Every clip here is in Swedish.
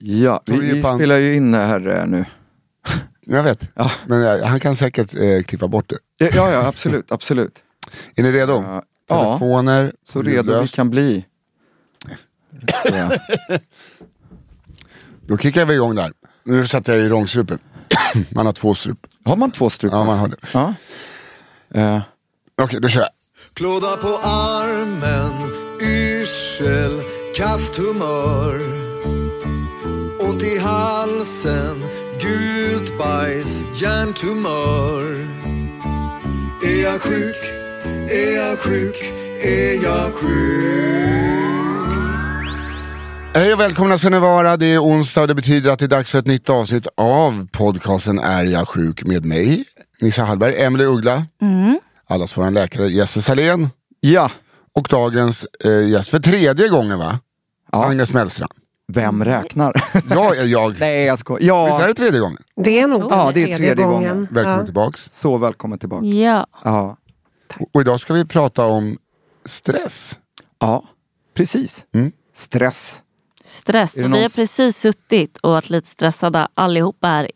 Ja, vi spelar ju in här nu. Jag vet, ja. Men han kan säkert klippa bort det. Ja, absolut, absolut. Är ni redo? Telefoner. Ja, så redo vi kan bli. Ja. Då kickar vi igång där. Nu satte jag i rångstrupen. Man har 2 strup. Har man 2 strup? Ja, man har det. Ja. Okej, då kör jag. Klåda på armen, yrsel, kasthumör. Ont i halsen, gult bajs, hjärntumör. Är jag sjuk? Är jag sjuk? Är jag sjuk? Hej och välkomna ska ni vara. Det är onsdag och det betyder att det är dags för ett nytt avsnitt av podcasten Är jag sjuk med mig, Nissa Hallberg, Emelie Uggla, allas våran läkare Jesper Salén. Ja. Och dagens gäst för 3:e gången, va? Ja. Agnes Mellstrand. Vem räknar? Jag. Nej, jag skojar. Ja. Visst är det 3:e gången? Det är nog det är tredje gången. Välkommen tillbaks. Så välkommen tillbaka. Ja. Och idag ska vi prata om stress. Ja, precis. Stress. Och vi har precis suttit och varit lite stressade allihopa här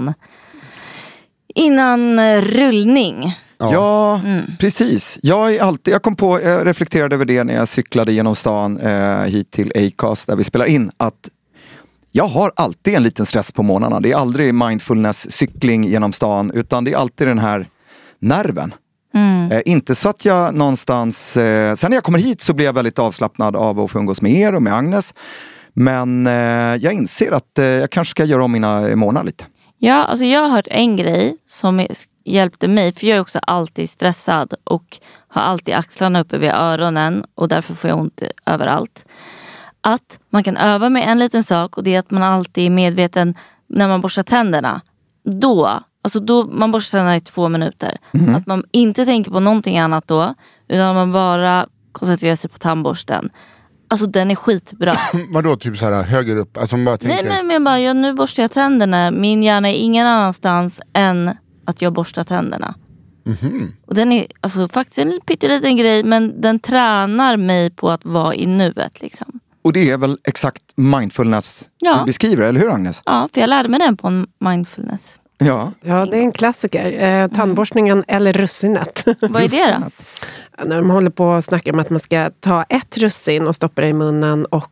innan rullning. Ja, precis. Jag reflekterade över det när jag cyklade genom stan hit till Acast där vi spelar in, att jag har alltid en liten stress på morgnarna. Det är aldrig mindfulness-cykling genom stan, utan det är alltid den här nerven. Inte så att jag någonstans... sen när jag kommer hit så blir jag väldigt avslappnad av att få umgås med er och med Agnes. Men jag inser att jag kanske ska göra om mina morgnar lite. Ja, alltså jag har hört en grej som hjälpte mig. För jag är också alltid stressad och har alltid axlarna uppe vid öronen. Och därför får jag ont överallt. Att man kan öva med en liten sak, och det är att man alltid är medveten när man borstar tänderna. Då man borstar tänderna i 2 minuter. Att man inte tänker på någonting annat då, utan man bara koncentrerar sig på tandborsten. Alltså den är skitbra. Vadå, typ så här höger upp? Alltså man bara tänker... Nej, men bara, nu borstar jag tänderna. Min hjärna är ingen annanstans än att jag borstar tänderna. Och den är alltså faktiskt en pytteliten grej, men den tränar mig på att vara i nuet liksom. Och det är väl exakt mindfulness du beskriver, eller hur Agnes? Ja, för jag lärde mig den på en mindfulness. Ja, det är en klassiker. Tandborstningen eller russinet. Vad är det då? När de håller på och snackar om att man ska ta ett russin och stoppa det i munnen och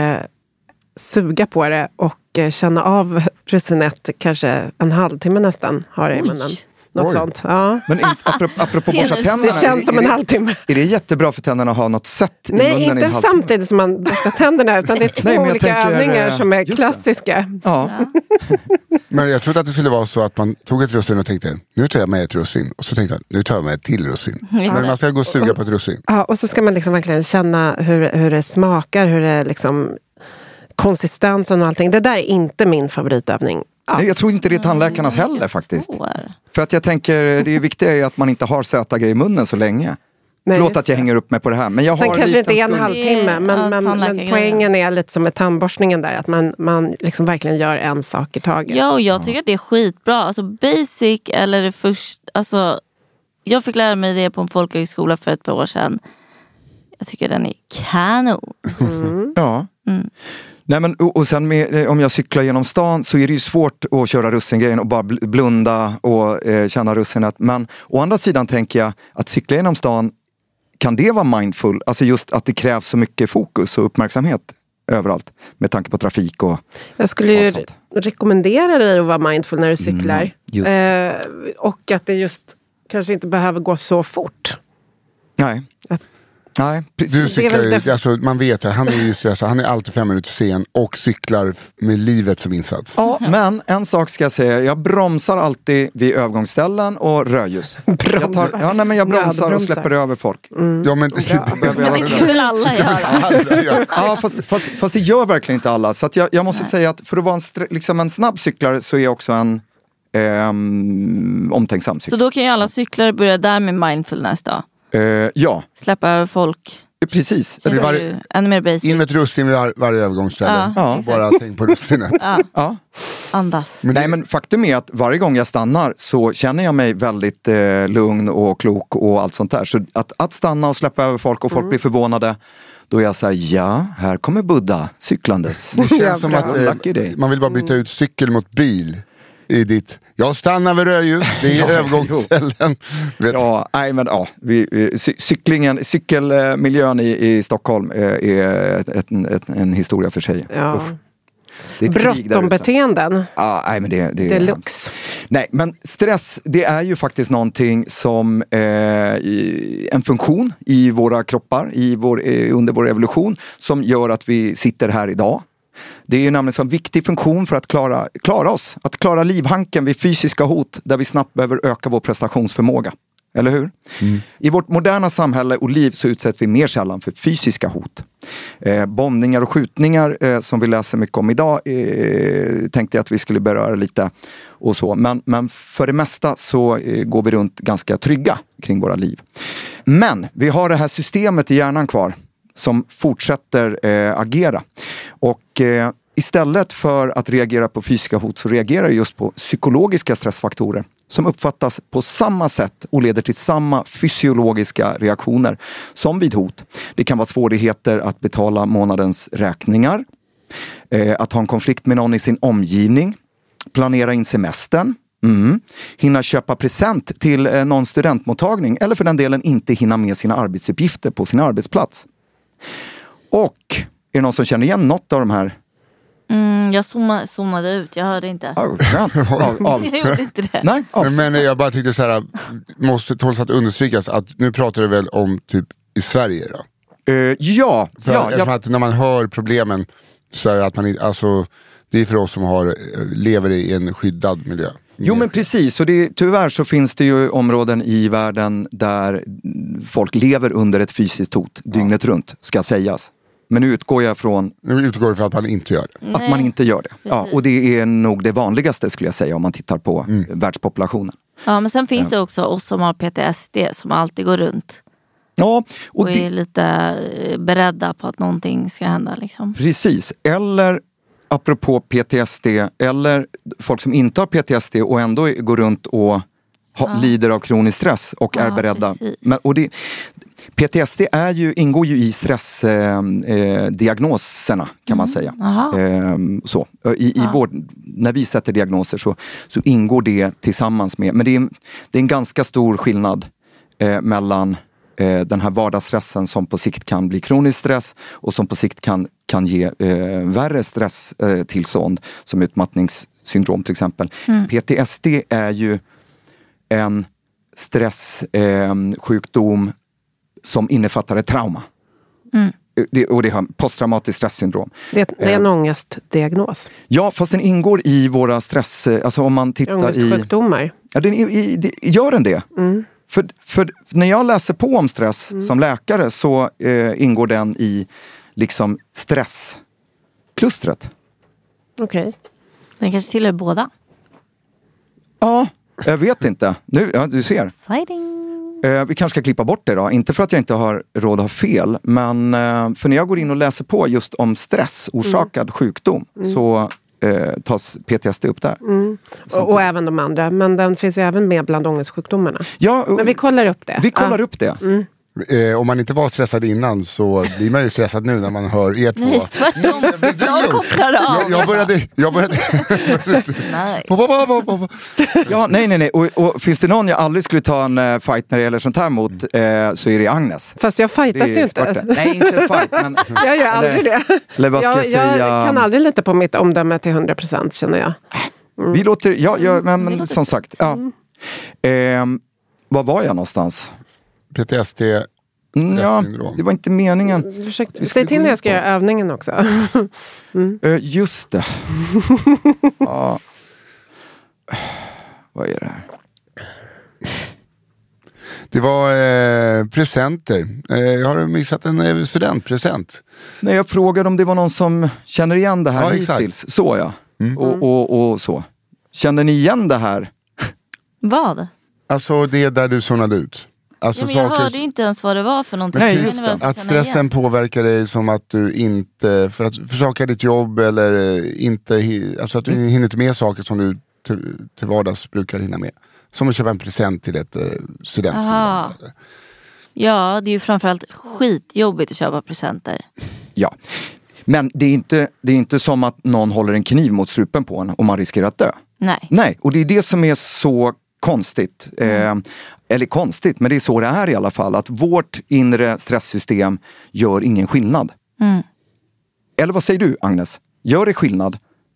suga på det och känna av russinet kanske en halvtimme nästan har det i munnen. Något sånt, ja. Men apropå borsta tänderna... Det känns som en halvtimme. Är det jättebra för tänderna att ha något sött i munnen? Nej, inte samtidigt som man borstar tänderna, utan det är 2 olika övningar som är klassiska. Ja. Men jag trodde att det skulle vara så att man tog ett russin och tänkte, nu tar jag med ett russin. Och så tänkte jag, nu tar jag med ett till russin. Men man ska gå och suga på ett russin. Ja, och så ska man liksom verkligen känna hur det smakar, hur det liksom... konsistensen och allting. Det där är inte min favoritövning. Nej, jag tror inte det är tandläkarnas heller faktiskt. För att jag tänker, det viktiga är att man inte har söta grejer i munnen så länge. Nej, förlåt att jag hänger upp mig på det här. Men jag sen har kanske det är en skuld. halvtimme. Men poängen är lite som med tandborstningen där. Att man liksom verkligen gör en sak i taget. Ja, och jag tycker att det är skitbra. Alltså basic eller det först. Alltså, jag fick lära mig det på en folkhögskola för ett par år sedan. Jag tycker den är kanon. Ja. Nej, men, och sen om jag cyklar genom stan så är det ju svårt att köra russingrejen och bara blunda och känna russinet. Men å andra sidan tänker jag att cykla genom stan, kan det vara mindful? Alltså just att det krävs så mycket fokus och uppmärksamhet överallt med tanke på trafik och... Jag skulle ju rekommendera dig att vara mindful när du cyklar. Och att det just kanske inte behöver gå så fort. Nej. Nej, precis. Du cyklar ju, alltså, man vet att han är ju stressad. Han är alltid 5 minuter sen och cyklar med livet som insats. Ja, men en sak ska jag säga. Jag bromsar alltid vid övergångsställen och rödljus. Jag bromsar och släpper över folk. Ja, men det ska väl alla göra. Ja, fast det gör verkligen inte alla. Så att jag måste säga att för att vara en snabb cyklare så är jag också en omtänksam cyklare. Så då kan ju alla cyklare börja där med mindfulness då? Ja. Släppa över folk. Precis. Ännu mer basic. In med ett russin vid varje övergångsställe. Ja. Bara tänk på russinet. Ja. Andas. Men faktum är att varje gång jag stannar så känner jag mig väldigt lugn och klok och allt sånt där. Så att stanna och släppa över folk och folk blir förvånade. Då är jag så här, ja, här kommer Buddha cyklandes. Det känns som att Lucky day. man vill bara byta ut cykel mot bil i ditt... Jag stannar vid rödljus, det är övergångsställen. Ja, nej men ja, cykelmiljön i Stockholm är en historia för sig. Ja. Usch. Det är ett krig där ute. Brottombeteenden. Ja, nej men det är Deluxe. Nej, men stress, det är ju faktiskt någonting som en funktion i våra kroppar, under vår evolution, som gör att vi sitter här idag. Det är ju nämligen en viktig funktion för att klara oss. Att klara livhanken vid fysiska hot där vi snabbt behöver öka vår prestationsförmåga. Eller hur? I vårt moderna samhälle och liv så utsätts vi mer sällan för fysiska hot. Bombningar och skjutningar som vi läser mycket om idag tänkte jag att vi skulle beröra lite och så. Men för det mesta så går vi runt ganska trygga kring våra liv. Men vi har det här systemet i hjärnan kvar som fortsätter agera. Och istället för att reagera på fysiska hot så reagerar det just på psykologiska stressfaktorer som uppfattas på samma sätt och leder till samma fysiologiska reaktioner som vid hot. Det kan vara svårigheter att betala månadens räkningar, att ha en konflikt med någon i sin omgivning, planera in semestern, hinna köpa present till någon studentmottagning eller för den delen inte hinna med sina arbetsuppgifter på sin arbetsplats. Och är det någon som känner igen något av de här? Jag zoomade ut, jag hörde inte. Jag gjorde inte det. Nej, men jag bara tyckte så här, måste tåls att understrykas att nu pratar du väl om typ i Sverige då? Ja. För att när man hör problemen så är det att man alltså, det är för oss som lever i en skyddad miljö. Jo men precis, och tyvärr så finns det ju områden i världen där folk lever under ett fysiskt hot dygnet runt, ska sägas. Men nu utgår jag från att man inte gör det. Att man inte gör det. Ja, och det är nog det vanligaste skulle jag säga om man tittar på världspopulationen. Ja, men sen finns det också oss som har PTSD som alltid går runt. Ja, och är lite beredda på att någonting ska hända liksom. Precis, eller apropå PTSD, eller folk som inte har PTSD och ändå går runt och lider av kronisk stress och är beredda. PTSD ingår ju i stressdiagnoserna kan man säga. När vi sätter diagnoser så ingår det tillsammans med, men det är en ganska stor skillnad mellan den här vardagsstressen som på sikt kan bli kronisk stress och som på sikt kan ge värre stresstillstånd som utmattningssyndrom till exempel. PTSD är ju en stresssjukdom som innefattar ett trauma. Och det har posttraumatiskt stresssyndrom. Det är en ångestdiagnos. Ja, fast den ingår i våra stress... Alltså om man tittar ångestsjukdomar. Ja, gör den det? För när jag läser på om stress som läkare så ingår den i liksom stressklustret. Okej. Den kanske tillhör båda. Ja, jag vet inte. Nu, du ser. Exciting. Vi kanske ska klippa bort det då. Inte för att jag inte har råd att ha fel. Men för när jag går in och läser på just om stressorsakad sjukdom så tas PTSD upp där. Och även de andra. Men den finns ju även med bland ångestsjukdomarna. Ja, men vi kollar upp det. Vi kollar upp det. Om man inte var stressad innan så blir man ju stressad nu när man hör er två. Nej, tvärtom. Jag kopplar av. Jag började. Nej. Ja, nej. Och finns det någon jag aldrig skulle ta en fight när det gäller sånt här mot så är det Agnes. Fast jag fightas ju inte. Nej, inte en fight. Men, jag gör aldrig det. Eller vad ska jag säga? Jag kan aldrig lita på mitt omdöme till 100% känner jag. Vi låter, men som sagt. Ja. Var var jag någonstast? PTSD, stresssyndrom. Det var inte meningen. Säg till när jag ska göra övningen också. Just det. Ja. Vad är det här? Det var presenter. Jag har missat en studentpresent. Nej, jag frågade om det var någon som känner igen det här hittills. Exakt. Så ja. Och så. Känner ni igen det här? Vad? Alltså det där du zonade ut. Alltså, men jag hörde inte ens vad det var för någonting. Nej, just det. Att stressen påverkar dig som att du inte, för att försaka ditt jobb eller inte, alltså att du hinner inte med saker som du till vardags brukar hinna med. Som att köpa en present till ett studentfirande. Ja, det är ju framförallt skitjobbigt att köpa presenter. Ja, men det är inte som att någon håller en kniv mot strupen på en och man riskerar att dö. Nej, och det är det som är så konstigt. Eller konstigt, men det är så det är i alla fall. Att vårt inre stresssystem gör ingen skillnad. Eller vad säger du, Agnes? Gör det skillnad?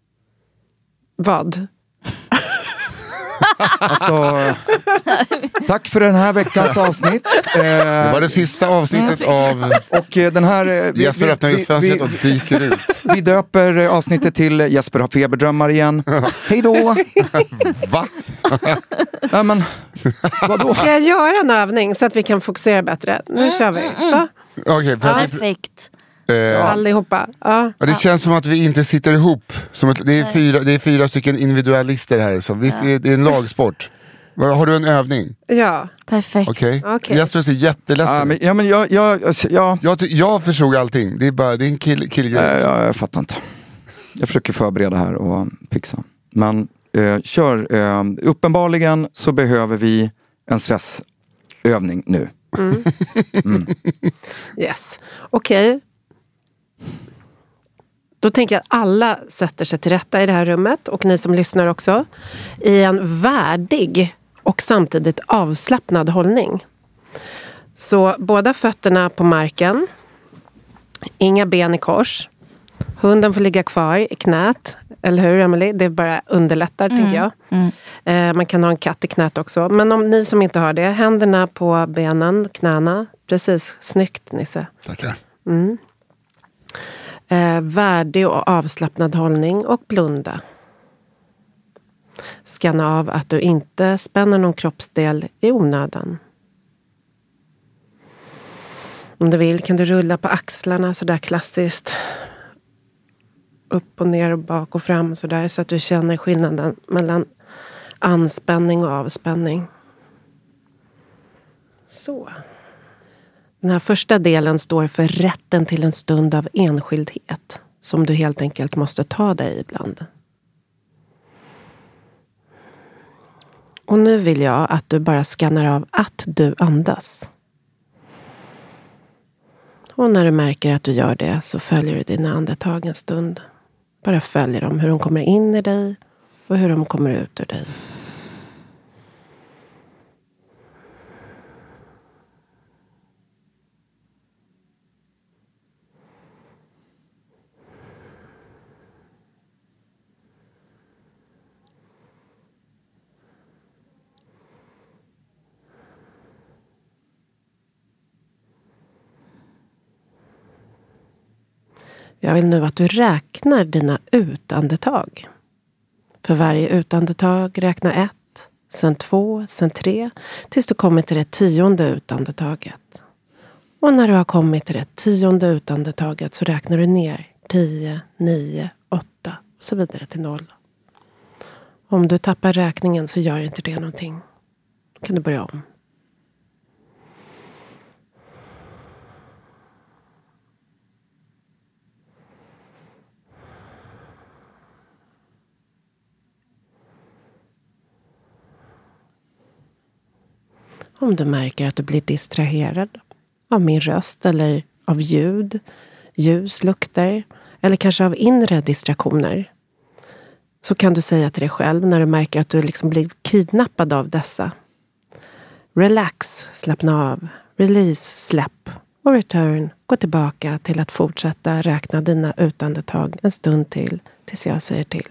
Vad? Alltså, tack för den här veckans avsnitt. Det var det sista avsnittet av... Och den här... Jesper öppnar just fönstret och dyker ut. Vi döper avsnittet till Jesper har feberdrömmar igen. Hej då! Va? Ja, men, vadå? Ska jag göra en övning så att vi kan fokusera bättre? Nu kör vi. Så. Okej, Perfekt. Allihopa. Ja. Det känns som att vi inte sitter ihop. Som att det är fyra stycken individualister här. Så visst, det är en lagsport. Har du en övning? Ja. Perfekt. Okej. Okej. Jesper ser jätteledsen. Jag förstod allting. Det är en killgrej. Jag fattar inte. Jag försöker förbereda här och fixa. Men kör. Uppenbarligen så behöver vi en stressövning nu. Yes. Okej. Då tänker jag att alla sätter sig till rätta i det här rummet och ni som lyssnar också i en värdig och samtidigt avslappnad hållning. Så båda fötterna på marken, inga ben i kors. Hunden får ligga kvar i knät, eller hur Emily? Det bara underlättar tänker jag. Man kan ha en katt i knät också. Men om ni som inte har det, händerna på benen, knäna. Precis, snyggt Nisse. Tackar. Värdig och avslappnad hållning och blunda. Skanna av att du inte spänner någon kroppsdel i onödan. Om du vill kan du rulla på axlarna så där klassiskt. Upp och ner och bak och fram så där så att du känner skillnaden mellan anspänning och avspänning. Så. Den här första delen står för rätten till en stund av enskildhet som du helt enkelt måste ta dig ibland. Och nu vill jag att du bara skannar av att du andas. Och när du märker att du gör det så följer du dina andetag en stund. Bara följer dem, hur de kommer in i dig och hur de kommer ut ur dig. Jag vill nu att du räknar dina utandetag. För varje utandetag räkna 1, sen 2, sen 3, tills du kommer till det 10:e utandetaget. Och när du har kommit till det 10:e utandetaget så räknar du ner 10, 9, 8 och så vidare till 0. Om du tappar räkningen så gör inte det någonting. Då kan du börja om. Om du märker att du blir distraherad av min röst eller av ljud, ljus, lukter eller kanske av inre distraktioner så kan du säga till dig själv när du märker att du liksom blir kidnappad av dessa. Relax, slappna av, release, släpp och return, gå tillbaka till att fortsätta räkna dina utandetag en stund till tills jag säger till.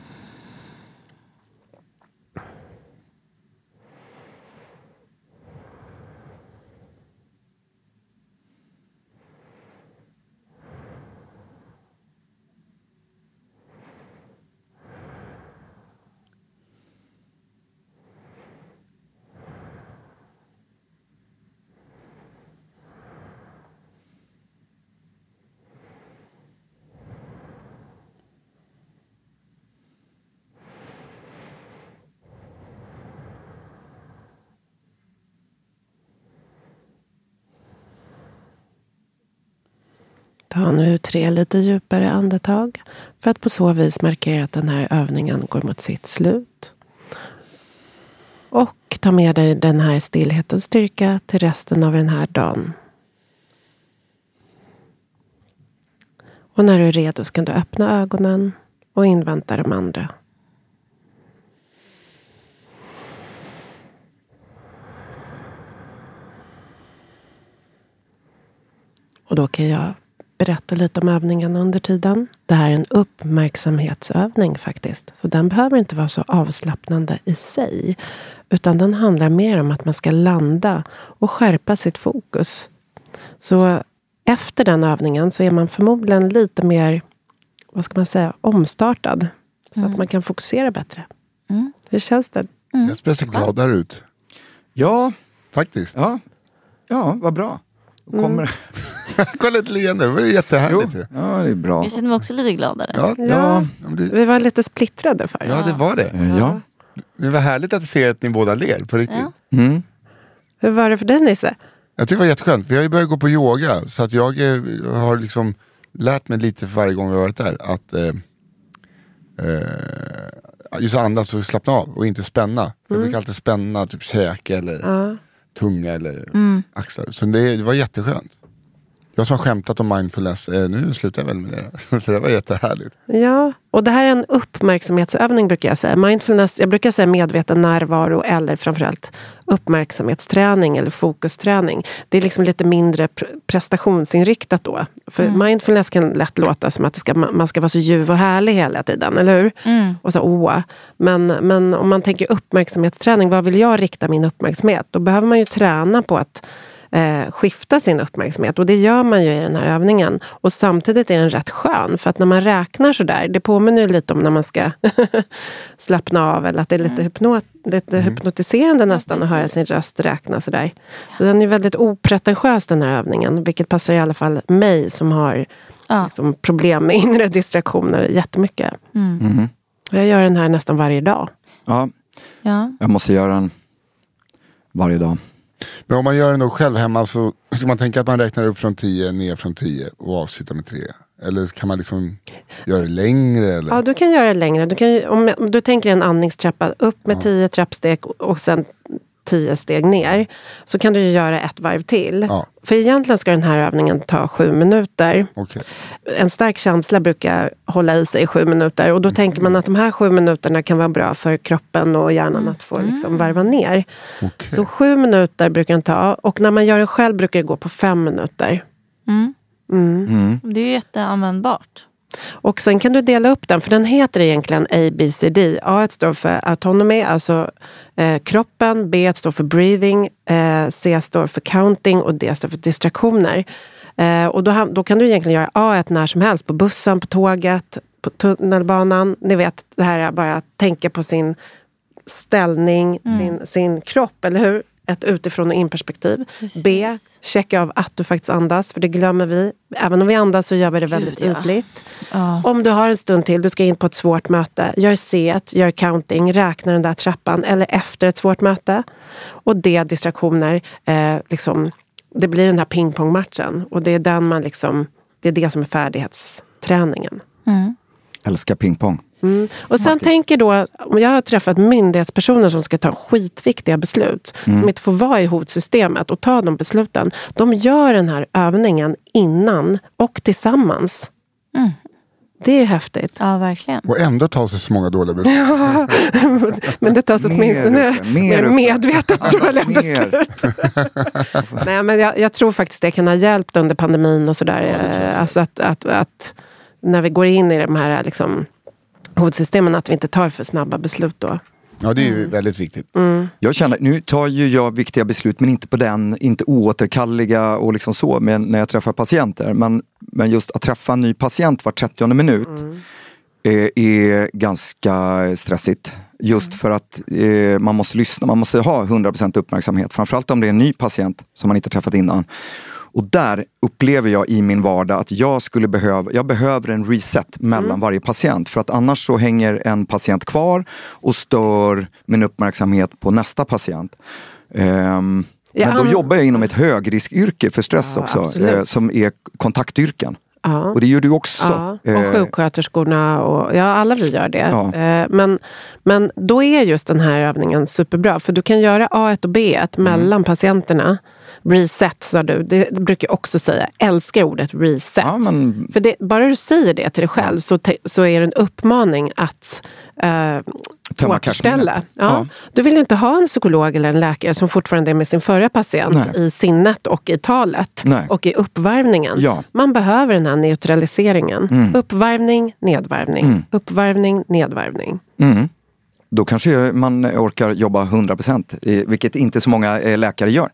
Ta nu 3 lite djupare andetag för att på så vis markera att den här övningen går mot sitt slut. Och ta med dig den här stillhetens styrka till resten av den här dagen. Och när du är redo så kan du öppna ögonen och invänta de andra. Och då kan jag berätta lite om övningen under tiden. Det här är en uppmärksamhetsövning faktiskt. Så den behöver inte vara så avslappnande i sig. Utan den handlar mer om att man ska landa och skärpa sitt fokus. Så efter den övningen så är man förmodligen lite mer, vad ska man säga, omstartad. Så att man kan fokusera bättre. Hur känns det? Jag spelar sig gladare ut. Ja, Faktiskt. ja, vad bra. Då kommer... Kolla ett leende, det var ju jättehärligt. Jo, ja, det är bra. Jag känner mig också lite gladare. Ja, men det, Vi var lite splittrade för. ja, det var det. Ja. Det var härligt att se att ni båda ler på riktigt. Ja. Hur var det för dig, Nisse? Jag tycker det var jätteskönt. Vi har ju börjat gå på yoga. Så att jag har liksom lärt mig lite för varje gång vi har varit där. Att just andas och slappna av och inte spänna. Jag brukar alltid spänna typ käke eller tunga eller axlar. Så det var jätteskönt. Jag som har skämtat om mindfulness, nu slutar jag väl med det. Så det var jättehärligt. Ja, och det här är en uppmärksamhetsövning brukar jag säga. Mindfulness, jag brukar säga medveten närvaro eller framförallt uppmärksamhetsträning eller fokusträning. Det är liksom lite mindre prestationsinriktat då. För mindfulness kan lätt låta som att man ska vara så ljuv och härlig hela tiden, eller hur? Och så Men om man tänker uppmärksamhetsträning, vad vill jag rikta min uppmärksamhet? Då behöver man ju träna på att skifta sin uppmärksamhet, och det gör man ju i den här övningen, och samtidigt är den rätt skön, för att när man räknar så där, det påminner ju lite om när man ska slappna av, eller att det är lite hypnotiserande nästan att höra sin röst räkna så där. Så den är väldigt opretentiös, den här övningen, vilket passar i alla fall mig som har liksom, problem med inre distraktioner jättemycket. Jag gör den här nästan varje dag. Ja. Jag måste göra den varje dag. Men om man gör den då själv hemma så ska man tänka att man räknar upp från 10, ner från 10 och avslutar med 3. Eller kan man liksom göra det längre? Eller? Ja, du kan göra det längre. Du kan, om du tänker en andningstrappa upp med 10 trappsteg och sen 10 steg ner, så kan du ju göra ett varv till. Ja. För egentligen ska den här övningen ta 7 minuter. Okay. En stark känsla brukar hålla i sig i 7 minuter. Och då tänker man att de här 7 minuterna kan vara bra för kroppen och hjärnan att få liksom varva ner. Okay. Så 7 minuter brukar den ta. Och när man gör den själv brukar det gå på 5 minuter. Det är ju jätteanvändbart. Och sen kan du dela upp den, för den heter egentligen ABCD. A står för autonomy, alltså kroppen. B står för breathing. C står för counting och D står för distraktioner. Och då kan du egentligen göra A när som helst. På bussen, på tåget, på tunnelbanan. Ni vet, det här är bara att tänka på sin ställning, sin kropp, eller hur? Ett utifrån och in-perspektiv. Precis. B, checka av att du faktiskt andas, för det glömmer vi. Även om vi andas så gör vi det väldigt ytligt. Om du har en stund till, du ska in på ett svårt möte, gör C, gör counting, räkna den där trappan, eller efter ett svårt möte. Och D, distraktioner, liksom, det blir den här pingpongmatchen. Och det är den man liksom, det är det som är färdighetsträningen. Älskar pingpong. Och sen tänker då, om jag har träffat myndighetspersoner som ska ta skitviktiga beslut, som inte får vara i hotsystemet och ta de besluten, de gör den här övningen innan och tillsammans. Det är häftigt. Ja, verkligen. Och ändå tar sig så många dåliga beslut. Men det tas åtminstone mer medvetet dåliga beslut. Nej, men jag tror faktiskt det kan ha hjälpt under pandemin och sådär. Alltså att när vi går in i de här liksom hotsystemen, att vi inte tar för snabba beslut då. Ja, det är ju väldigt viktigt. Jag känner, nu tar ju jag viktiga beslut, men inte oåterkalleliga och liksom så, men när jag träffar patienter. Men just att träffa en ny patient var 30:e minut är ganska stressigt. Just för att man måste lyssna, man måste ha 100% uppmärksamhet. Framförallt om det är en ny patient som man inte träffat innan. Och där upplever jag i min vardag att jag behöver en reset mellan varje patient. För att annars så hänger en patient kvar och stör min uppmärksamhet på nästa patient. Men då jobbar jag inom ett högriskyrke för stress också. Som är kontaktyrken. Ja. Och det gör du också. Ja, och sjuksköterskorna och alla vi gör det. Ja. Men då är just den här övningen superbra. För du kan göra A1 och B1 mellan patienterna. Reset, sa du. Det brukar jag också säga. Jag älskar ordet reset. Ja, men... För bara du säger det till dig själv så är det en uppmaning att återställa. Ja. Du vill inte ha en psykolog eller en läkare som fortfarande är med sin förra patient i sinnet och i talet och i uppvärvningen. Ja. Man behöver den här neutraliseringen. Uppvärvning, nedvärvning. Uppvärvning, nedvärvning. Då kanske man orkar jobba 100%, vilket inte så många läkare gör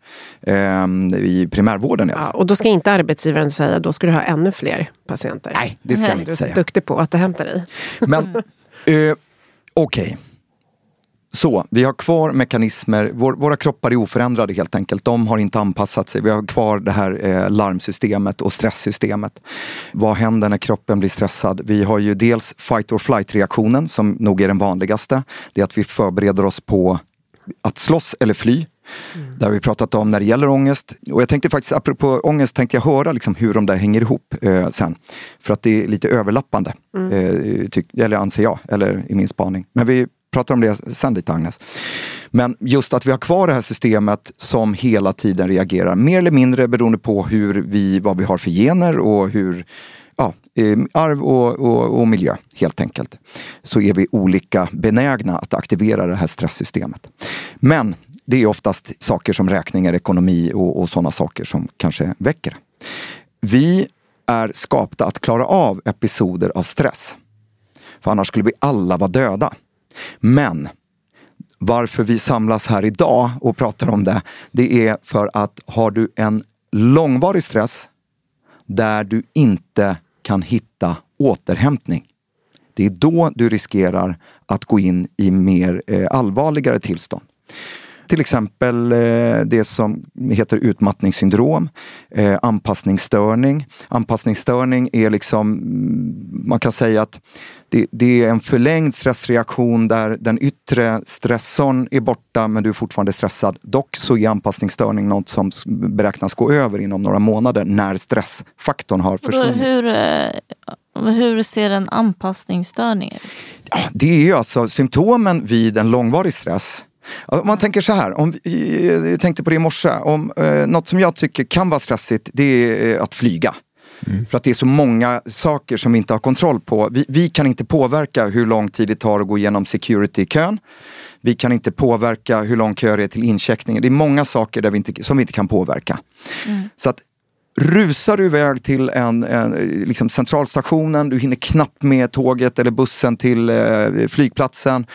i primärvården. Ja, och då ska inte arbetsgivaren säga, då ska du ha ännu fler patienter. Nej, det ska han inte säga. Du är så duktig på att återhämta dig. Men okej. Så, vi har kvar mekanismer. Våra kroppar är oförändrade helt enkelt. De har inte anpassat sig. Vi har kvar det här larmsystemet och stresssystemet. Vad händer när kroppen blir stressad? Vi har ju dels fight or flight-reaktionen som nog är den vanligaste. Det är att vi förbereder oss på att slåss eller fly. Det har vi pratat om när det gäller ångest. Och jag tänkte faktiskt, apropå ångest, tänkte jag höra liksom hur de där hänger ihop sen. För att det är lite överlappande, eller anser jag, eller i min spaning. Men vi pratar om det sen lite, Agnes. Men just att vi har kvar det här systemet som hela tiden reagerar mer eller mindre beroende på vad vi har för gener och hur arv och miljö helt enkelt. Så är vi olika benägna att aktivera det här stresssystemet. Men det är oftast saker som räkningar, ekonomi och sådana saker som kanske väcker. Vi är skapta att klara av episoder av stress. För annars skulle vi alla vara döda. Men varför vi samlas här idag och pratar om det är för att har du en långvarig stress där du inte kan hitta återhämtning. Det är då du riskerar att gå in i mer allvarligare tillstånd. Till exempel det som heter utmattningssyndrom, anpassningsstörning. Anpassningsstörning är liksom, man kan säga att det är en förlängd stressreaktion där den yttre stressorn är borta men du är fortfarande stressad. Dock så är anpassningsstörning något som beräknas gå över inom några månader när stressfaktorn har försvunnit. Hur ser en anpassningsstörning ut? Ja, det är ju alltså symptomen vid en långvarig stress. Om man tänker så här, jag tänkte på det i morse, något som jag tycker kan vara stressigt, det är att flyga. För att det är så många saker som vi inte har kontroll på. Vi kan inte påverka hur lång tid det tar att gå igenom security-kön. Vi kan inte påverka hur lång kö det är till incheckningen. Det är många saker som vi inte kan påverka. Så att rusar du iväg till liksom centralstationen, du hinner knappt med tåget eller bussen till flygplatsen.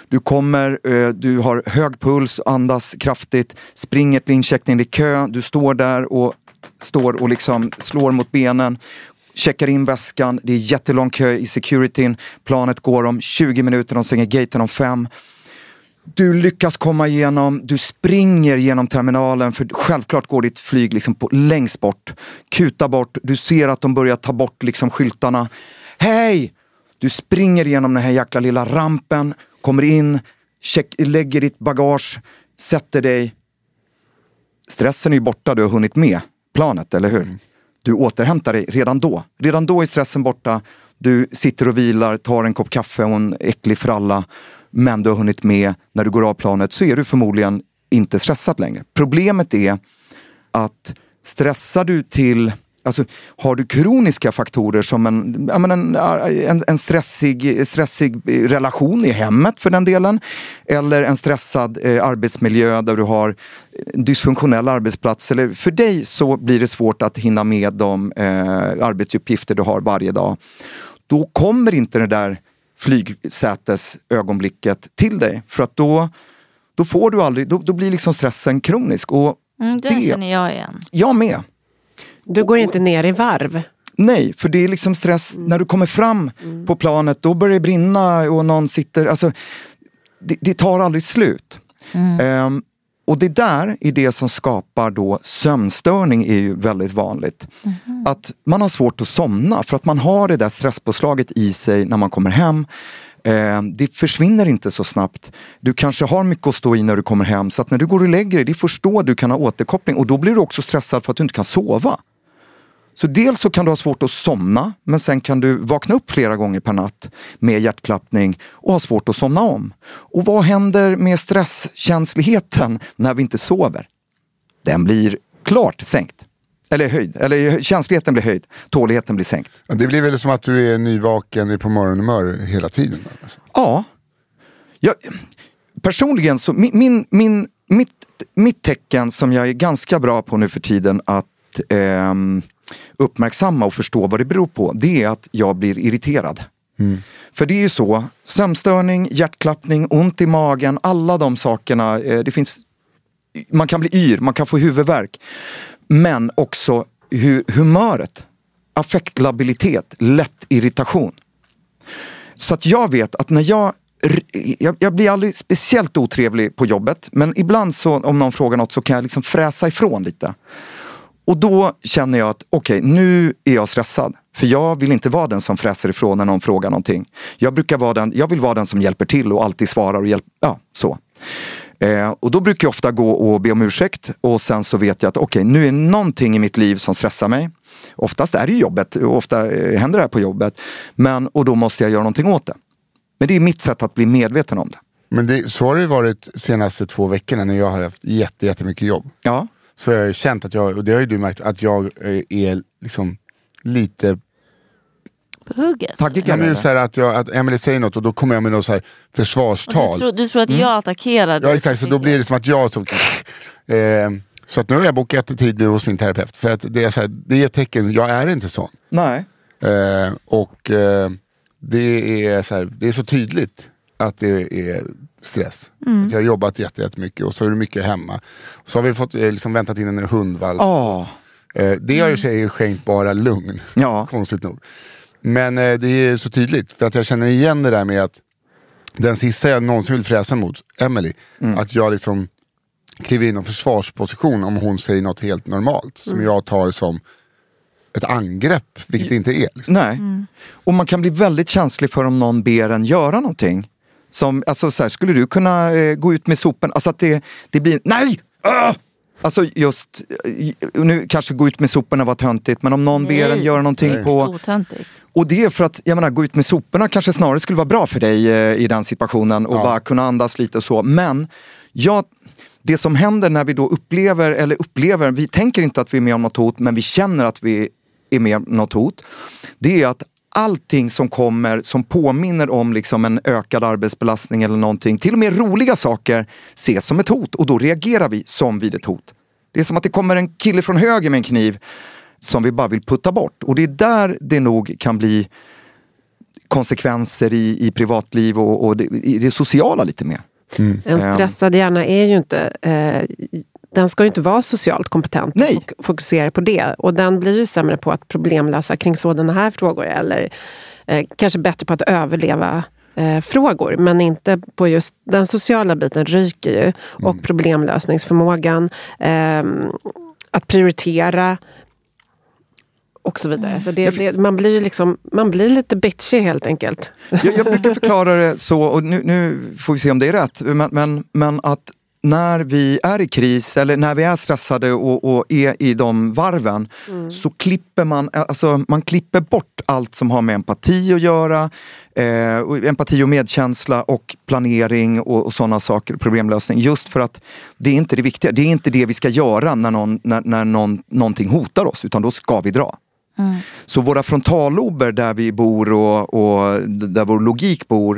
Du har hög puls, andas kraftigt, springer till incheckning i kö, du står där och liksom slår mot benen, checkar in väskan, det är jättelång kö i securityn, planet går om 20 minuter, de stänger gaten om 5. Du lyckas komma igenom, du springer genom terminalen för självklart går ditt flyg liksom längst bort, kuta bort, du ser att de börjar ta bort liksom skyltarna. Hej! Du springer genom den här jäkla lilla rampen, kommer in, lägger ditt bagage, sätter dig. Stressen är ju borta, du har hunnit med planet, eller hur? Du återhämtar dig redan då. Redan då är stressen borta, du sitter och vilar, tar en kopp kaffe och en äcklig fralla. Men du har hunnit med, när du går av planet så är du förmodligen inte stressad längre. Problemet är att stressar du alltså har du kroniska faktorer som en stressig relation i hemmet för den delen. Eller en stressad arbetsmiljö där du har dysfunktionell arbetsplats. Eller för dig så blir det svårt att hinna med de arbetsuppgifter du har varje dag. Då kommer inte det där flygsätes ögonblicket till dig. För att då får du aldrig, då blir liksom stressen kronisk. Och det känner jag igen. Jag med. Du går inte ner i varv. Nej, för det är liksom stress. När du kommer fram på planet, då börjar det brinna och någon sitter, alltså det tar aldrig slut. Och det där är det som skapar då sömnstörning, är ju väldigt vanligt. Att man har svårt att somna för att man har det där stresspåslaget i sig när man kommer hem. Det försvinner inte så snabbt. Du kanske har mycket att stå i när du kommer hem, så att när du går och lägger dig, det är först då du kan ha återkoppling, och då blir du också stressad för att du inte kan sova. Så dels så kan du ha svårt att somna, men sen kan du vakna upp flera gånger per natt med hjärtklappning och ha svårt att somna om. Och vad händer med stresskänsligheten när vi inte sover? Den blir klart sänkt. Eller höjd. Eller känsligheten blir höjd. Tåligheten blir sänkt. Ja, det blir väl som att du är nyvaken på morgonhumör hela tiden? Alltså. Ja. Personligen så mitt tecken som jag är ganska bra på nu för tiden att uppmärksamma och förstå vad det beror på, det är att jag blir irriterad. För det är ju så, sömnstörning, hjärtklappning, ont i magen, alla de sakerna, det finns, man kan bli yr, man kan få huvudvärk, men också humöret, affektlabilitet, lätt irritation. Så att jag vet att när jag blir aldrig speciellt otrevlig på jobbet, men ibland så om någon frågar något så kan jag liksom fräsa ifrån lite. Och då känner jag att okej, nu är jag stressad. För jag vill inte vara den som fräser ifrån när någon frågar någonting. Jag vill vara den som hjälper till och alltid svarar och hjälper, ja, så. Och då brukar jag ofta gå och be om ursäkt. Och sen så vet jag att okej, nu är någonting i mitt liv som stressar mig. Oftast är det ju jobbet, och ofta händer det här på jobbet. Och då måste jag göra någonting åt det. Men det är mitt sätt att bli medveten om det. Men så har det varit senaste 2 veckorna när jag har haft jättemycket jobb. Ja. Så jag har känt att och det har ju du märkt, att jag är liksom lite på hugget. Jag menar så här att Emily säger något och då kommer jag med något så här försvarstal. Du tror att jag attackerar dig? Ja, exakt, så då blir det som att jag så att nu har jag bokat tid nu hos min terapeut. För att det är så här, det är ett tecken, jag är inte sån. Nej. Det är så här, det är så tydligt att det är stress. Att jag har jobbat jättemycket och så är det mycket hemma. Och så har vi fått liksom väntat in en hundvalp. Det har ju sig skänkt bara lugn. Ja. Konstigt nog. Men det är så tydligt för att jag känner igen det där med att den sista jag någonsin vill fräsa mot, Emily, att jag liksom kliver in i en försvarsposition om hon säger något helt normalt som jag tar som ett angrepp, vilket det inte är. Liksom. Nej. Och man kan bli väldigt känslig för om någon ber en göra någonting. Som, alltså så här, skulle du kunna gå ut med sopen? Alltså att det blir, nej! Alltså just, nu kanske gå ut med soporna var töntigt, men om någon ber en göra någonting på... Otöntigt. Och det är för att, jag menar, gå ut med soporna kanske snarare skulle vara bra för dig i den situationen och bara kunna andas lite och så. Men det som händer när vi då upplever, vi tänker inte att vi är med om något hot, men vi känner att vi är med om något hot. Det är att allting som kommer som påminner om liksom en ökad arbetsbelastning eller någonting, till och med roliga saker, ses som ett hot och då reagerar vi som vid ett hot. Det är som att det kommer en kille från höger med en kniv som vi bara vill putta bort, och det är där det nog kan bli konsekvenser i privatliv och i det sociala lite mer. En stressad hjärna är ju inte den ska ju inte vara socialt kompetent och fokusera på det. Och den blir ju sämre på att problemlösa kring sådana här frågor. Eller kanske bättre på att överleva frågor. Men inte på just den sociala biten ryker ju. Och problemlösningsförmågan. Att prioritera. Och så vidare. Så man blir ju liksom, man blir lite bitchy helt enkelt. Jag brukar förklara det så, och nu får vi se om det är rätt. Men att när vi är i kris eller när vi är stressade och är i de varven, så klipper man klipper bort allt som har med empati att göra, empati och medkänsla och planering och sådana saker, problemlösning, just för att det är inte det viktiga, det är inte det vi ska göra när någonting hotar oss, utan då ska vi dra. Så våra frontallober där vi bor och där vår logik bor,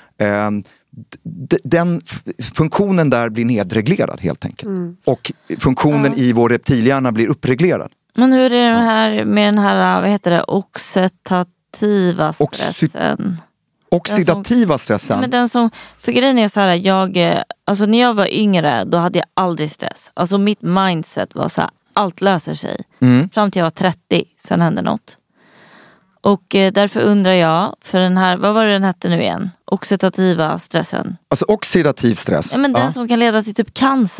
den funktionen där blir nedreglerad helt enkelt. Och funktionen i vår reptilhjärna blir uppreglerad. Men hur är det här med den här, vad heter det, oxidativa stressen? Oxidativa stressen? Men den som, för grejen är så här, alltså när jag var yngre, då hade jag aldrig stress. Alltså mitt mindset var så här, allt löser sig. Fram till jag var 30, sen hände något. Och därför undrar jag, för den här, vad var det den hette nu igen? Oxidativa stressen. Alltså oxidativ stress? Ja, men den som kan leda till typ cancer.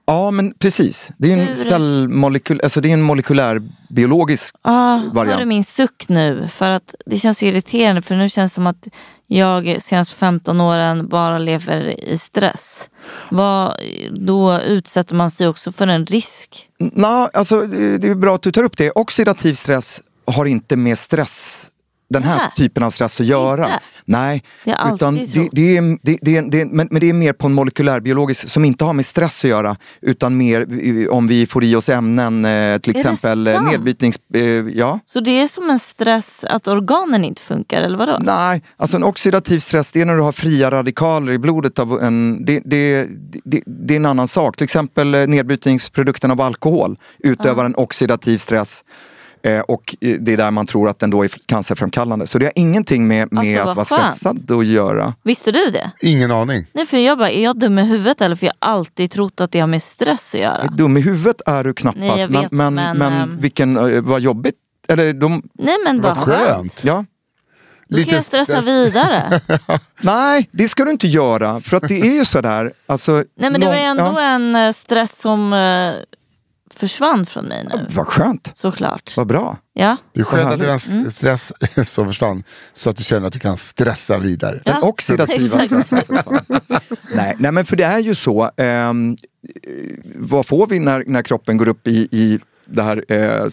Ja, men precis. Det är en cellmolekul, alltså det är en molekylär biologisk variant. Hör du min suck nu? För att det känns så irriterande, för nu känns det som att jag senaste 15 åren bara lever i stress. Då utsätter man sig också för en risk. Nej, alltså det är bra att du tar upp det. Oxidativ stress har inte med stress, den här typen av stress att göra. Inte. Nej, det är utan men det är mer på en molekylärbiologisk som inte har med stress att göra, utan mer om vi får i oss ämnen, till exempel nedbrytnings... ja. Så det är som en stress att organen inte funkar, eller vadå? Nej, alltså en oxidativ stress, det är när du har fria radikaler i blodet av det är en annan sak. Till exempel nedbrytningsprodukten av alkohol utövar en oxidativ stress. Och det är där man tror att den då är cancerframkallande. Så det har ingenting med att vara stressad att göra. Visste du det? Ingen aning. Nej, för jag bara, är jag dum i huvudet eller? För jag har alltid trott att det har med stress att göra. Dum i huvudet är du knappast. Nej, jag vet, men vilken, vad jobbigt. Eller nej, men vad skönt. Ja. Då kan jag stressa vidare. Nej, det ska du inte göra. För att det är ju sådär. Alltså, nej, men det var ändå en stress som... försvann från mig nu. Vad skönt. Såklart. Vad bra. Ja. Det är skönt att det var en stress som försvann, så att du känner att du kan stressa vidare. Den oxidativa stressen. Nej, men för det är ju så. Vad får vi när kroppen går upp i det här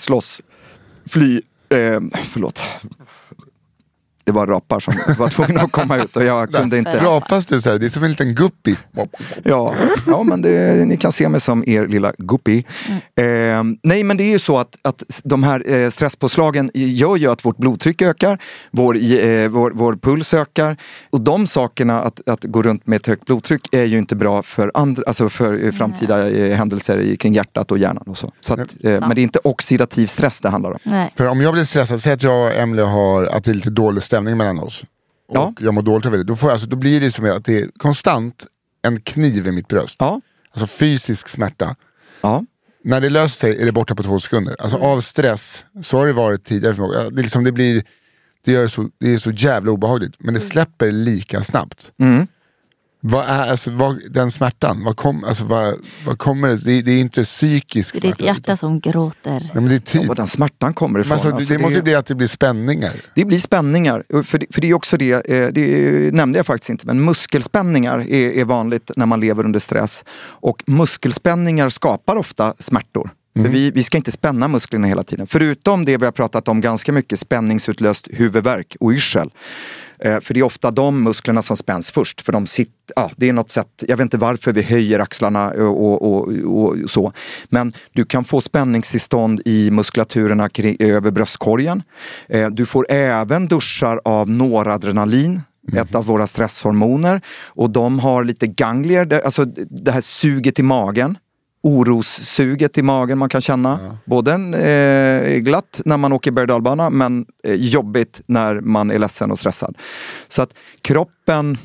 förlåt. Det var rapar som var tvungna att komma ut och jag kunde inte... Rapas du så här? Det är som en liten guppy. Ja, men ni kan se mig som er lilla guppy. Nej, men det är ju så att de här stresspåslagen gör ju att vårt blodtryck ökar, vår puls ökar. Och de sakerna, att gå runt med ett högt blodtryck, är ju inte bra för alltså för framtida händelser kring hjärtat och hjärnan och så. Men det är inte oxidativ stress det handlar om. Nej. För om jag blir stressad, säg att jag och Emily har att det är lite dålig stämning mellan oss och jag mår dåligt över det, då blir det som att det är konstant en kniv i mitt bröst. Ja. Alltså fysisk smärta. Ja. När det löser sig är det borta på 2 sekunder. Alltså av stress, så har det varit tidigare. Det är så jävla obehagligt, men det släpper lika snabbt. Vad är den smärtan? Vad kommer det? Det är inte psykisk smärta. Det är ditt hjärta som gråter. Nej, men det är typ. Var den smärtan kommer ifrån. Alltså, det måste bli att det blir spänningar. Det blir spänningar. För det är också det nämnde jag faktiskt inte, men muskelspänningar är vanligt när man lever under stress. Och muskelspänningar skapar ofta smärtor. För vi ska inte spänna musklerna hela tiden. Förutom det vi har pratat om ganska mycket, spänningsutlöst huvudvärk och yrsel. För det är ofta de musklerna som spänns först. För det är något sätt, jag vet inte varför vi höjer axlarna och så. Men du kan få spänningstillstånd i muskulaturerna över bröstkorgen. Du får även duschar av noradrenalin. Ett av våra stresshormoner. Och de har lite ganglier, alltså det här suget i magen. Orossuget i magen man kan känna. Både glatt när man åker berg- och dalbana, men jobbigt när man är ledsen och stressad. Så att kroppen,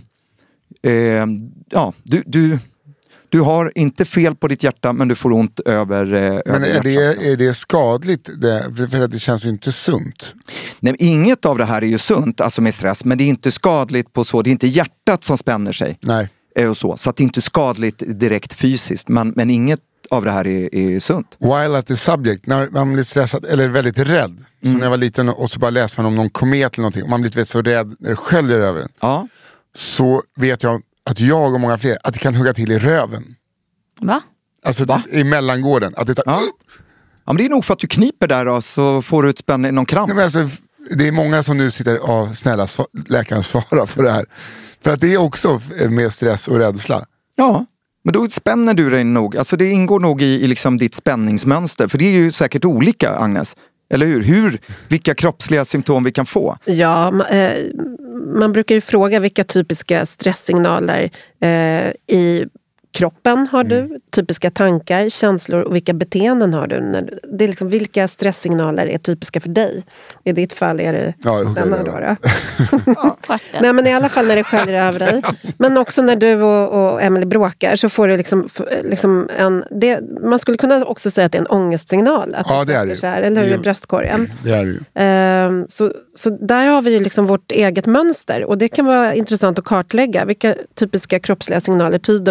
du har inte fel på ditt hjärta, men du får ont över men är det skadligt? För att det känns ju inte sunt. Nej, inget av det här är ju sunt, alltså med stress, men det är inte skadligt på så, det är inte hjärtat som spänner sig. Nej. Och så att det är inte skadligt direkt fysiskt, men inget av det här är sunt. While at the subject, när man blir stressad eller väldigt rädd, som när jag var liten och så bara läste man om någon komet eller någonting och man blir så rädd när det sköljer över en. Ja. Så vet jag att jag och många fler, att det kan hugga till i röven. Va? Alltså i mellangården. Att det tar... Ja, men det är nog för att du kniper där då, så får du ett någon kramp. Nej, men alltså, det är många som nu sitter, snälla läkaren svara på det här. För att det är också med stress och rädsla. Ja, men då spänner du dig nog. Alltså det ingår nog i liksom ditt spänningsmönster. För det är ju säkert olika, Agnes. Eller hur? Vilka kroppsliga symptom vi kan få. Ja, man brukar ju fråga vilka typiska stresssignaler i kroppen har du, typiska tankar, känslor och vilka beteenden har du. Det är liksom, vilka stresssignaler är typiska för dig? I ditt fall är det denna då. Nej, men i alla fall när det sköljer över dig. Men också när du och Emily bråkar så får du liksom man skulle kunna också säga att det är en ångestsignal. Att det är det. Så här, eller hur, i bröstkorgen. Det är det ju. Så där har vi ju liksom vårt eget mönster. Och det kan vara intressant att kartlägga. Vilka typiska kroppsliga signaler tyder på att jag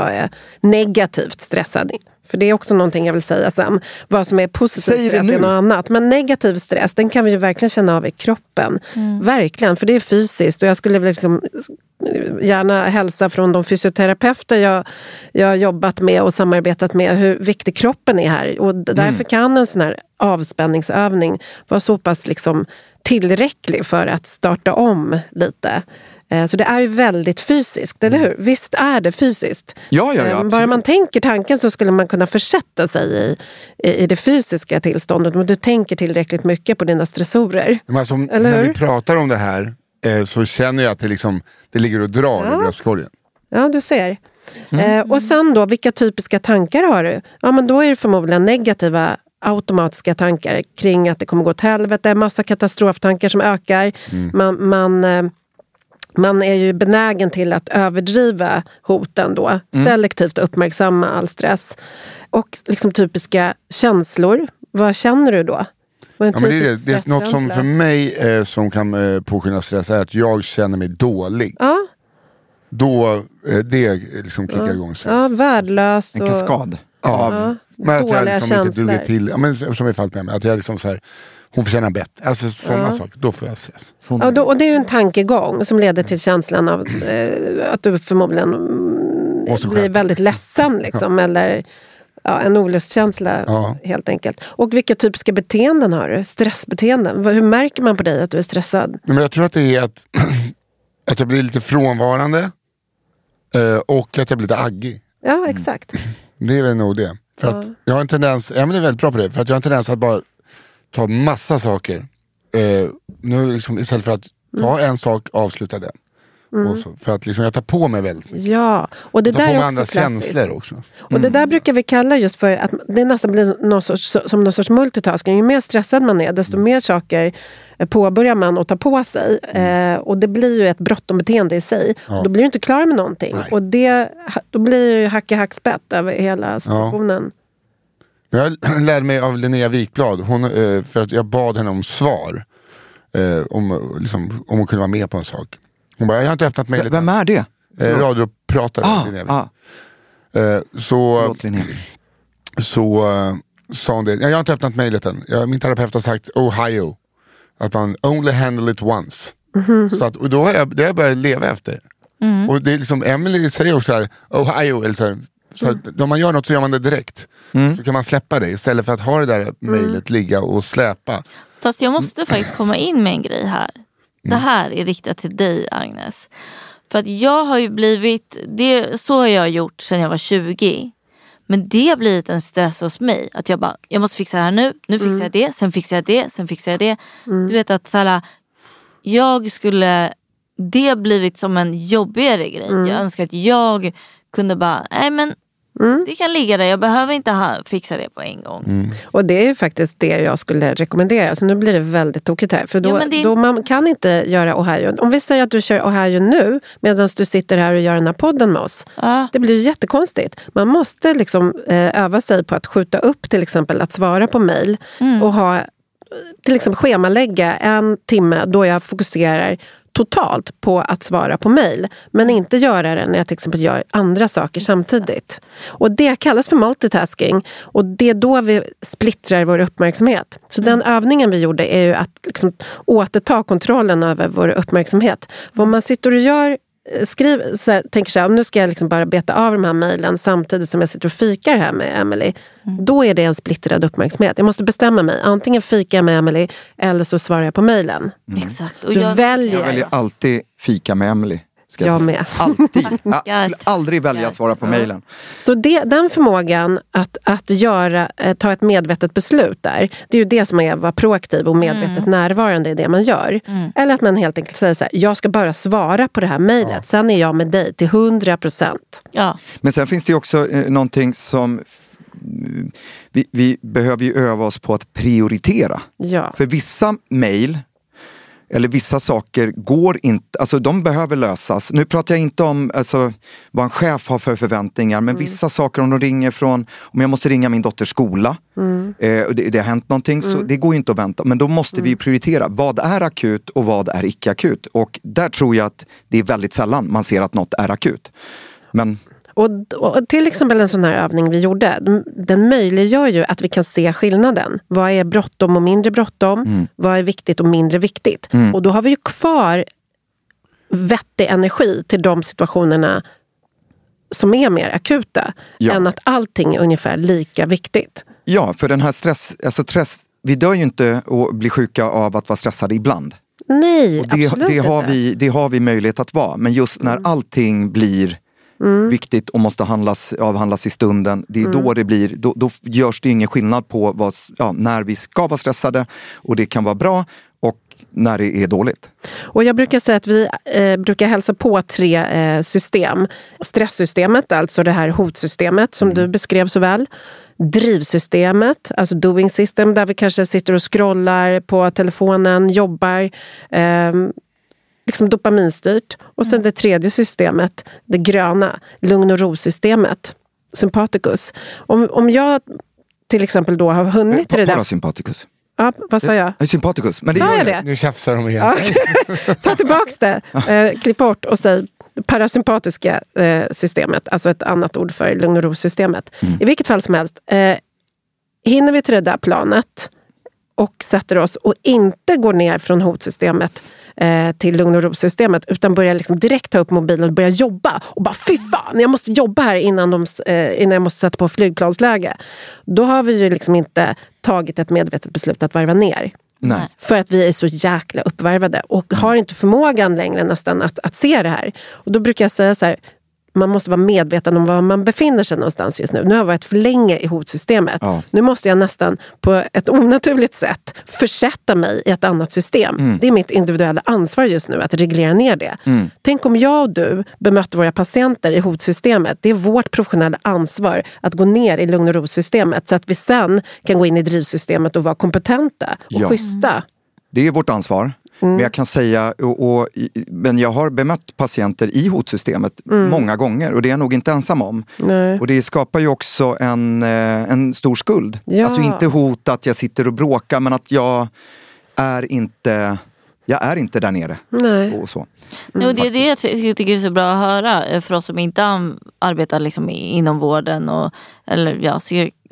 jag är negativt stressad. För det är också någonting jag vill säga sen. Vad som är positiv stress är något annat. Men negativ stress, den kan vi ju verkligen känna av i kroppen. Verkligen, för det är fysiskt. Och jag skulle liksom gärna hälsa från de fysioterapeuter jag har jobbat med och samarbetat med hur viktig kroppen är här. Och därför kan en sån här avspänningsövning vara så pass liksom tillräcklig för att starta om lite. Så det är ju väldigt fysiskt, eller hur? Visst är det fysiskt. Ja, bara man tänker tanken så skulle man kunna försätta sig i det fysiska tillståndet. Men du tänker tillräckligt mycket på dina stressorer. Men alltså, när vi pratar om det här så känner jag att det ligger och drar i bröstkorgen. Ja, du ser. Och sen då, vilka typiska tankar har du? Ja, men då är det förmodligen negativa automatiska tankar kring att det kommer gå åt helvete. Massa katastroftankar som ökar. Man är ju benägen till att överdriva hoten då. Selektivt uppmärksamma all stress. Och liksom typiska känslor. Vad känner du då? Det är något som för mig som kan påskynda stress är att jag känner mig dålig. Ja. Då det liksom kickar igång stress. Ja, värdelös. En kaskad. Ja. Men att jag liksom inte duger till. Ja, men som är fallet med mig. Att jag liksom så här, hon förtjänar bättre. Alltså sådana saker. Då får jag stress. Ja, och det är ju en tankegång som leder till känslan av att du förmodligen blir väldigt ledsen liksom. Eller en olustkänsla helt enkelt. Och vilka typiska beteenden har du? Stressbeteenden. Hur märker man på dig att du är stressad? Men jag tror att det är att jag blir lite frånvarande och att jag blir lite aggig. Ja, exakt. Det är väl nog det. För att jag har en tendens, men det är väldigt bra på det, för att jag har en tendens att bara ta massa saker. Nu liksom, istället för att ta en sak, avsluta den. Och så, för att liksom, jag tar på mig väldigt mycket. Ja, och det där är också andra klassiskt. känslor också. Och det där brukar vi kalla just för att det nästan blir som någon sorts multitasking. Ju mer stressad man är, desto mer saker påbörjar man att ta på sig. Och det blir ju ett brottombeteende i sig. Och då blir du inte klar med någonting. Nej. Och då blir det ju hackspett över hela situationen. Jag lärde mig av Linnea Wikblad, för att jag bad henne om svar. Om hon kunde vara med på en sak. Hon bara, jag har inte öppnat mejlet. Vem är det? Radiopratare. Linnea. Så sa hon det. Jag har inte öppnat mejlet än. Min terapeut har sagt Ohio. Att man only handle it once. Så att, och då har jag börjat leva efter. Och det är liksom, Emily säger också här, Ohio, eller så här. Så att om man gör något så gör man det direkt. Så kan man släppa det istället för att ha det där mejlet ligga och släpa. Fast jag måste faktiskt komma in med en grej här. Det här är riktat till dig, Agnes. För att jag har ju blivit, så har jag gjort sedan jag var 20. Men det har blivit en stress hos mig. Att jag måste fixa det här nu fixar jag det, sen fixar jag det, sen fixar jag det. Du vet att såhär, det har blivit som en jobbigare grej. Jag önskar att jag kunde bara, nej men det kan ligga där, jag behöver inte fixa det på en gång. Och det är ju faktiskt det jag skulle rekommendera. Så nu blir det väldigt tokigt här. För då man kan inte göra Ohio. Om vi säger att du kör Ohio nu medan du sitter här och gör den här podden med oss. Det blir ju jättekonstigt. Man måste liksom öva sig på att skjuta upp till exempel att svara på mejl. Och ha till exempel schemalägga 1 timme då jag fokuserar totalt på att svara på mejl. Men inte göra det när jag till exempel gör andra saker samtidigt. Och det kallas för multitasking. Och det är då vi splittrar vår uppmärksamhet. Så den övningen vi gjorde är ju att liksom återta kontrollen över vår uppmärksamhet. För om man sitter och tänker så här, nu ska jag liksom bara beta av de här mejlen samtidigt som jag sitter och fikar här med Emily. Då är det en splittrad uppmärksamhet. Jag måste bestämma mig. Antingen fikar jag med Emily eller så svarar jag på mejlen. Exakt. Och Jag väljer alltid fika med Emily. Jag med. Alltid. Jag skulle aldrig välja att svara på mejlen. Så den förmågan att ta ett medvetet beslut där, det är ju det som är att vara proaktiv och medvetet närvarande i det man gör. Eller att man helt enkelt säger så här, jag ska bara svara på det här mejlet. Sen är jag med dig till 100%. Ja. Men sen finns det ju också någonting som vi behöver ju öva oss på att prioritera. Ja. För vissa mejl eller vissa saker går inte, alltså de behöver lösas. Nu pratar jag inte om vad en chef har för förväntningar, men vissa saker om jag måste ringa min dotters skola och det har hänt någonting, så det går ju inte att vänta. Men då måste vi prioritera, vad är akut och vad är icke akut. Och där tror jag att det är väldigt sällan man ser att något är akut. Men Och till exempel en sån här övning vi gjorde, den möjliggör ju att vi kan se skillnaden. Vad är bråttom och mindre bråttom? Vad är viktigt och mindre viktigt? Och då har vi ju kvar vettig energi till de situationerna som är mer akuta än att allting är ungefär lika viktigt. Ja, för den här stress, vi dör ju inte och blir sjuka av att vara stressade ibland. Nej, och absolut det har vi möjlighet att vara. Men just när allting blir viktigt och måste avhandlas i stunden, det är då det blir, då görs det ingen skillnad på när vi ska vara stressade och det kan vara bra och när det är dåligt. Och jag brukar säga att vi brukar hälsa på 3 system. Stresssystemet, alltså det här hotsystemet som du beskrev så väl. Drivsystemet, alltså doing system, där vi kanske sitter och scrollar på telefonen, jobbar, liksom dopaminstyrt. Och sen det 3:e systemet, det gröna, lugn- och ro-systemet, sympaticus. Om jag till exempel då har hunnit till det där... Parasympaticus. Ja, vad sa jag? Sympaticus. Men sa jag det? Nu tjafsar de igen. Ta tillbaks det, klipp bort och säg parasympatiska systemet, alltså ett annat ord för lugn- och ro-systemet. I vilket fall som helst, hinner vi till det där planet och sätter oss och inte går ner från hotsystemet till lugn- och ro-systemet utan börjar liksom direkt ta upp mobilen och börja jobba och bara fy fan, jag måste jobba här innan jag måste sätta på flygplansläge. Då har vi ju liksom inte tagit ett medvetet beslut att varva ner. Nej. För att vi är så jäkla uppvarvade och har inte förmågan längre nästan att se det här. Och då brukar jag säga så här, man måste vara medveten om var man befinner sig någonstans just nu. Nu har jag varit för länge i hotsystemet. Ja. Nu måste jag nästan på ett onaturligt sätt försätta mig i ett annat system. Det är mitt individuella ansvar just nu att reglera ner det. Tänk om jag och du bemötte våra patienter i hotsystemet. Det är vårt professionella ansvar att gå ner i lugn- och ro-systemet så att vi sen kan gå in i drivsystemet och vara kompetenta och schyssta. Det är vårt ansvar. Men jag kan säga, men jag har bemött patienter i hotsystemet många gånger och det är jag nog inte ensam om. Nej. Och det skapar ju också en stor skuld. Ja. Alltså inte hot att jag sitter och bråkar, men att jag är inte där nere. Nej. Och så. Och det är det jag tycker är så bra att höra för oss som inte arbetar liksom inom vården eller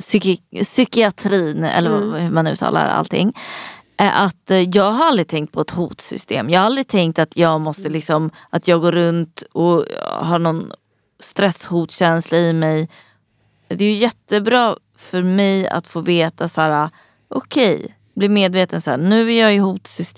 psykiatrin eller hur man uttalar allting. Att jag har aldrig tänkt på ett hotsystem. Jag har aldrig tänkt att jag måste liksom, att jag går runt och har någon stresshotkänsla i mig. Det är ju jättebra för mig att få veta så här, okej, bli medveten så här, nu är jag i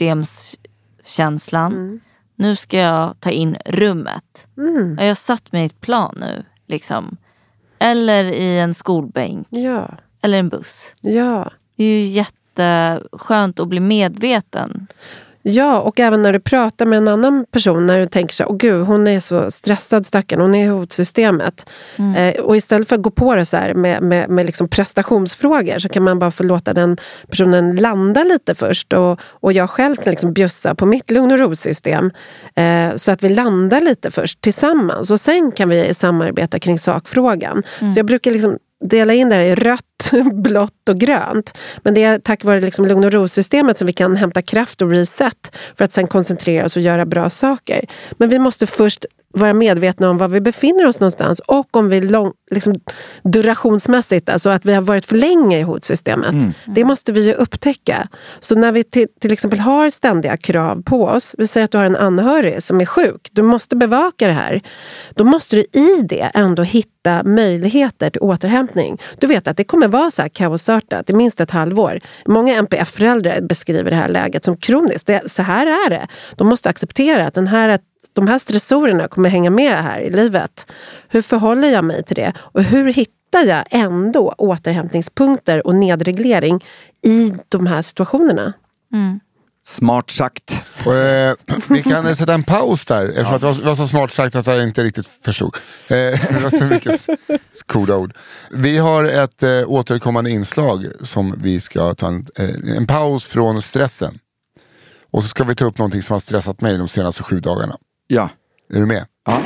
hotsystemskänslan. Nu ska jag ta in rummet. Jag har satt mig i ett plan nu liksom. Eller i en skolbänk. Ja. Eller en buss. Ja. Det är ju jätteskönt att bli medveten. Ja, och även när du pratar med en annan person, när du tänker så, gud, hon är så stressad stackaren, hon är i hotsystemet. Och istället för att gå på det så här med liksom prestationsfrågor, så kan man bara få låta den personen landa lite först. Och jag själv kan liksom bjussa på mitt lugn- och ro-system. Så att vi landar lite först tillsammans. Och sen kan vi samarbeta kring sakfrågan. Så jag brukar liksom dela in det här i rött, blått och grönt. Men det är tack vare liksom lugn- och ro-systemet som vi kan hämta kraft och reset för att sen koncentrera oss och göra bra saker. Men vi måste först vara medvetna om var vi befinner oss någonstans och om vi liksom durationsmässigt, alltså att vi har varit för länge i hotsystemet. Det måste vi ju upptäcka. Så när vi till exempel har ständiga krav på oss, vi säger att du har en anhörig som är sjuk, du måste bevaka det här. Då måste du i det ändå hitta möjligheter till återhämtning. Du vet att det kommer vara så här kaosartat i minst ett halvår. Många NPF-föräldrar beskriver det här läget som kroniskt. Så här är det. De måste acceptera att de här stressorerna kommer hänga med här i livet. Hur förhåller jag mig till det? Och hur hittar jag ändå återhämtningspunkter och nedreglering i de här situationerna? Smart sagt. Vi kan sätta en paus där, eftersom att det var så smart sagt att jag inte riktigt förstod. Det var så mycket coola ord. Vi har ett återkommande inslag som vi ska ta en paus från stressen. Och så ska vi ta upp någonting som har stressat mig de senaste 7 dagarna. Ja. Är du med? Ja.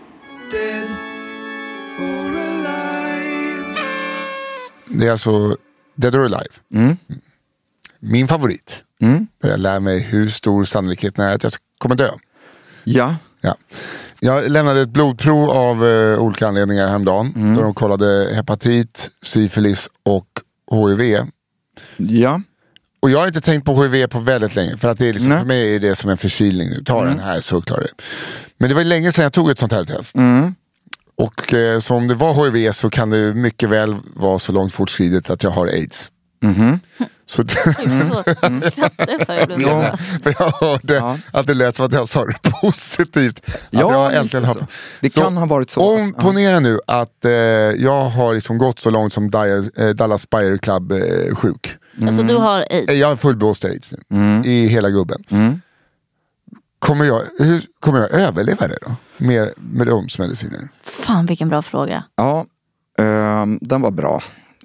Det är alltså Dead or Alive. Min favorit. Där jag lär mig hur stor sannolikheten är att jag kommer dö. Ja. Ja. Jag lämnade ett blodprov av olika anledningar häromdagen. Då de kollade hepatit, syfilis och HIV. Ja. Och jag har inte tänkt på HIV på väldigt länge. För att det är liksom, för mig är det som en förkylning nu. Ta den här så klarar det. Men det var länge sedan jag tog ett sånt här test. Och så om det var HIV så kan det mycket väl vara så långt fortskridet att jag har AIDS. Så för jag hörde att det lät som att jag sa det positivt. Att jag äntligen har... Det så kan ha varit så. Ponera nu att jag har liksom gått så långt som Dallas Buyer Club sjuk. Alltså du har AIDS? Jag har fullblåst AIDS nu. I hela gubben. Kommer jag överleva det då? Med bromsmediciner? Fan vilken bra fråga. Ja, den var bra.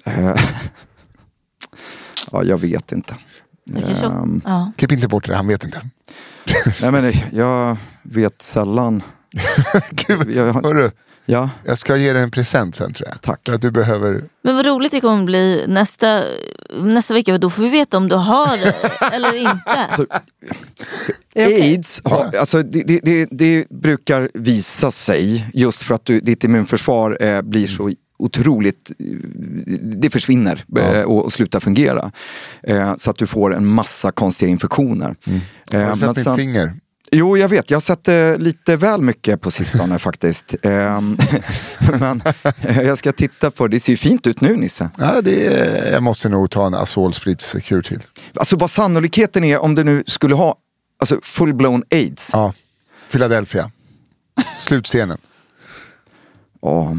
Ja, jag vet inte. Klipp inte bort det, han vet inte. Nej, men jag vet sällan. Gud, hörru. Ja. Jag ska ge dig en present sen tror jag. Tack. Att du behöver... Men vad roligt det kommer bli nästa vecka. Då får vi veta om du har eller inte. Alltså, AIDS, alltså, det brukar visa sig just för att ditt immunförsvar blir så otroligt, det försvinner och slutar fungera. Så att du får en massa konstiga infektioner. Har du sett mitt finger? Jo, jag vet. Jag har sett lite väl mycket på sistone faktiskt. Men jag ska titta på det. Det ser ju fint ut nu, Nisse. Ja, jag måste nog ta en Azol-spritskur till. Alltså vad sannolikheten är om du nu skulle ha full-blown AIDS. Ja, Philadelphia. Slutscenen. Ja.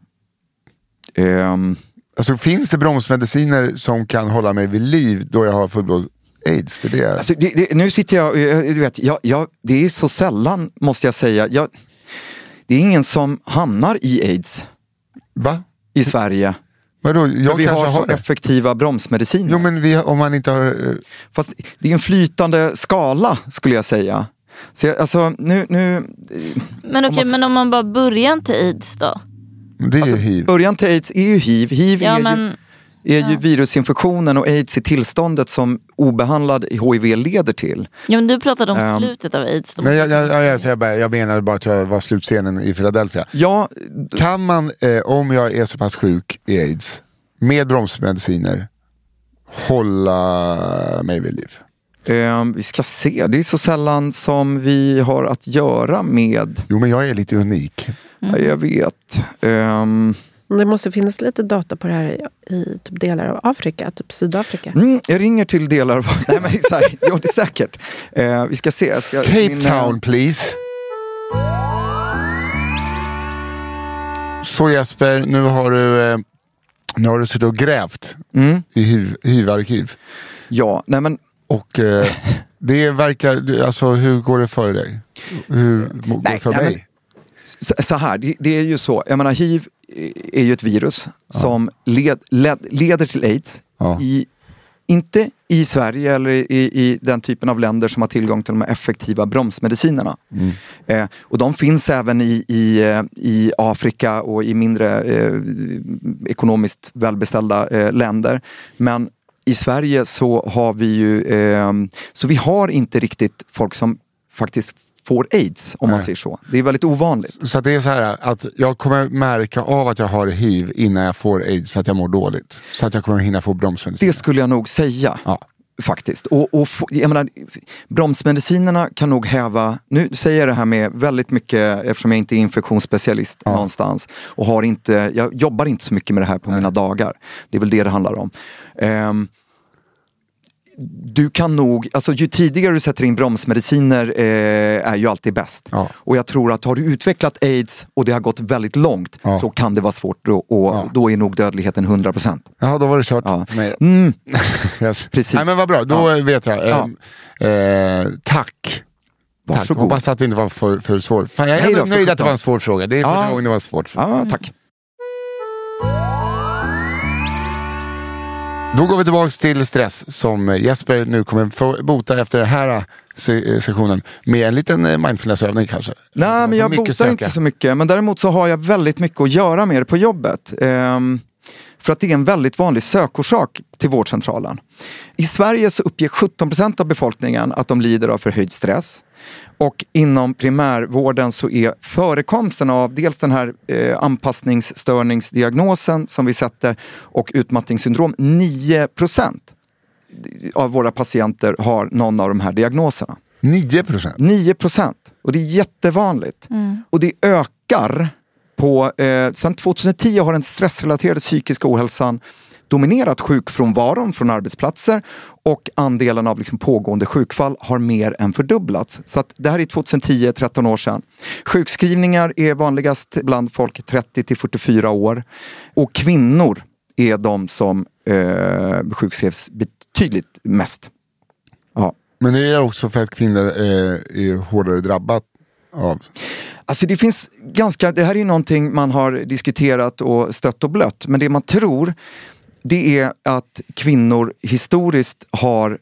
Alltså finns det bromsmediciner som kan hålla mig vid liv då jag har full-blown AIDS? Det. Alltså, nu sitter jag, du vet, det är så sällan måste jag säga. Det är ingen som hamnar i AIDS. Va? I Sverige. Vadå? Vi har så effektiva bromsmediciner. Jo, men om man inte har... Fast det är en flytande skala skulle jag säga. Så alltså nu... Men okej, men om man bara börjar till AIDS då? Det är ju HIV. Början till AIDS är ju HIV. HIV är ju virusinfektionen och AIDS i tillståndet som obehandlad HIV leder till. Ja, men du pratade om slutet av AIDS. Men jag menade bara att jag var slutscenen i Philadelphia. Ja. Kan man, om jag är så pass sjuk i AIDS, med bromsmediciner, hålla mig vid liv? Vi ska se, det är så sällan som vi har att göra med... Jo, men jag är lite unik. Ja, jag vet. Det måste finnas lite data på det här i typ delar av Afrika, typ Sydafrika. Jag ringer till delar av... Nej, men det är säkert. Vi ska se. Cape Town, please. Så Jesper, nu har du suttit och grävt i HIV-arkiv. Ja, nej men... Och det verkar... Alltså, hur går det för dig? Hur går det för mig? Så här, det är ju så. Jag menar, HIV är ju ett virus som leder till AIDS. Ja. Inte i Sverige eller i den typen av länder som har tillgång till de här effektiva bromsmedicinerna. Och de finns även i Afrika och i mindre ekonomiskt välbeställda länder. Men i Sverige så har vi ju så vi har inte riktigt folk som faktiskt får AIDS, om man säger så. Det är väldigt ovanligt. Så att det är så här att jag kommer märka av att jag har HIV innan jag får AIDS för att jag mår dåligt. Så att jag kommer hinna få bromsmediciner. Det skulle jag nog säga. Ja. Faktiskt. Jag menar, bromsmedicinerna kan nog häva, nu säger jag det här med väldigt mycket, eftersom jag inte är infektionsspecialist någonstans och jag jobbar inte så mycket med det här på mina dagar. Det är väl det handlar om. Du kan nog, alltså ju tidigare du sätter in bromsmediciner är ju alltid bäst. Ja. Och jag tror att har du utvecklat AIDS och det har gått väldigt långt så kan det vara svårt och då är nog dödligheten 100%. Ja, då var det kört för mig. Yes. Precis. Nej, men vad bra, då vet jag. Tack. Varsågod. Hoppas att det inte var för svårt. Fan, jag är nöjd att det var en svår fråga. Det är första gången det var svårt. Ja, tack. Då går vi tillbaka till stress som Jesper nu kommer få bota efter den här sessionen med en liten mindfulnessövning kanske. Nej, men jag botar inte så mycket. Men däremot så har jag väldigt mycket att göra med det på jobbet. För att det är en väldigt vanlig sökorsak till vårdcentralen. I Sverige så uppger 17% av befolkningen att de lider av förhöjd stress. Och inom primärvården så är förekomsten av dels den här anpassningsstörningsdiagnosen som vi sätter och utmattningssyndrom 9% av våra patienter har någon av de här diagnoserna. 9%? 9%. Och det är jättevanligt. Och det ökar på... Sedan 2010 har den stressrelaterade psykiska ohälsan dominerat sjukfrånvaron från arbetsplatser och andelen av liksom pågående sjukfall har mer än fördubblats. Så att det här är 2010-13 år sedan. Sjukskrivningar är vanligast bland folk 30-44 år och kvinnor är de som sjukskrivs betydligt mest. Ja. Men det är också för att kvinnor är hårdare drabbat av... Alltså det finns det här är någonting man har diskuterat och stött och blött, men det man tror det är att kvinnor historiskt har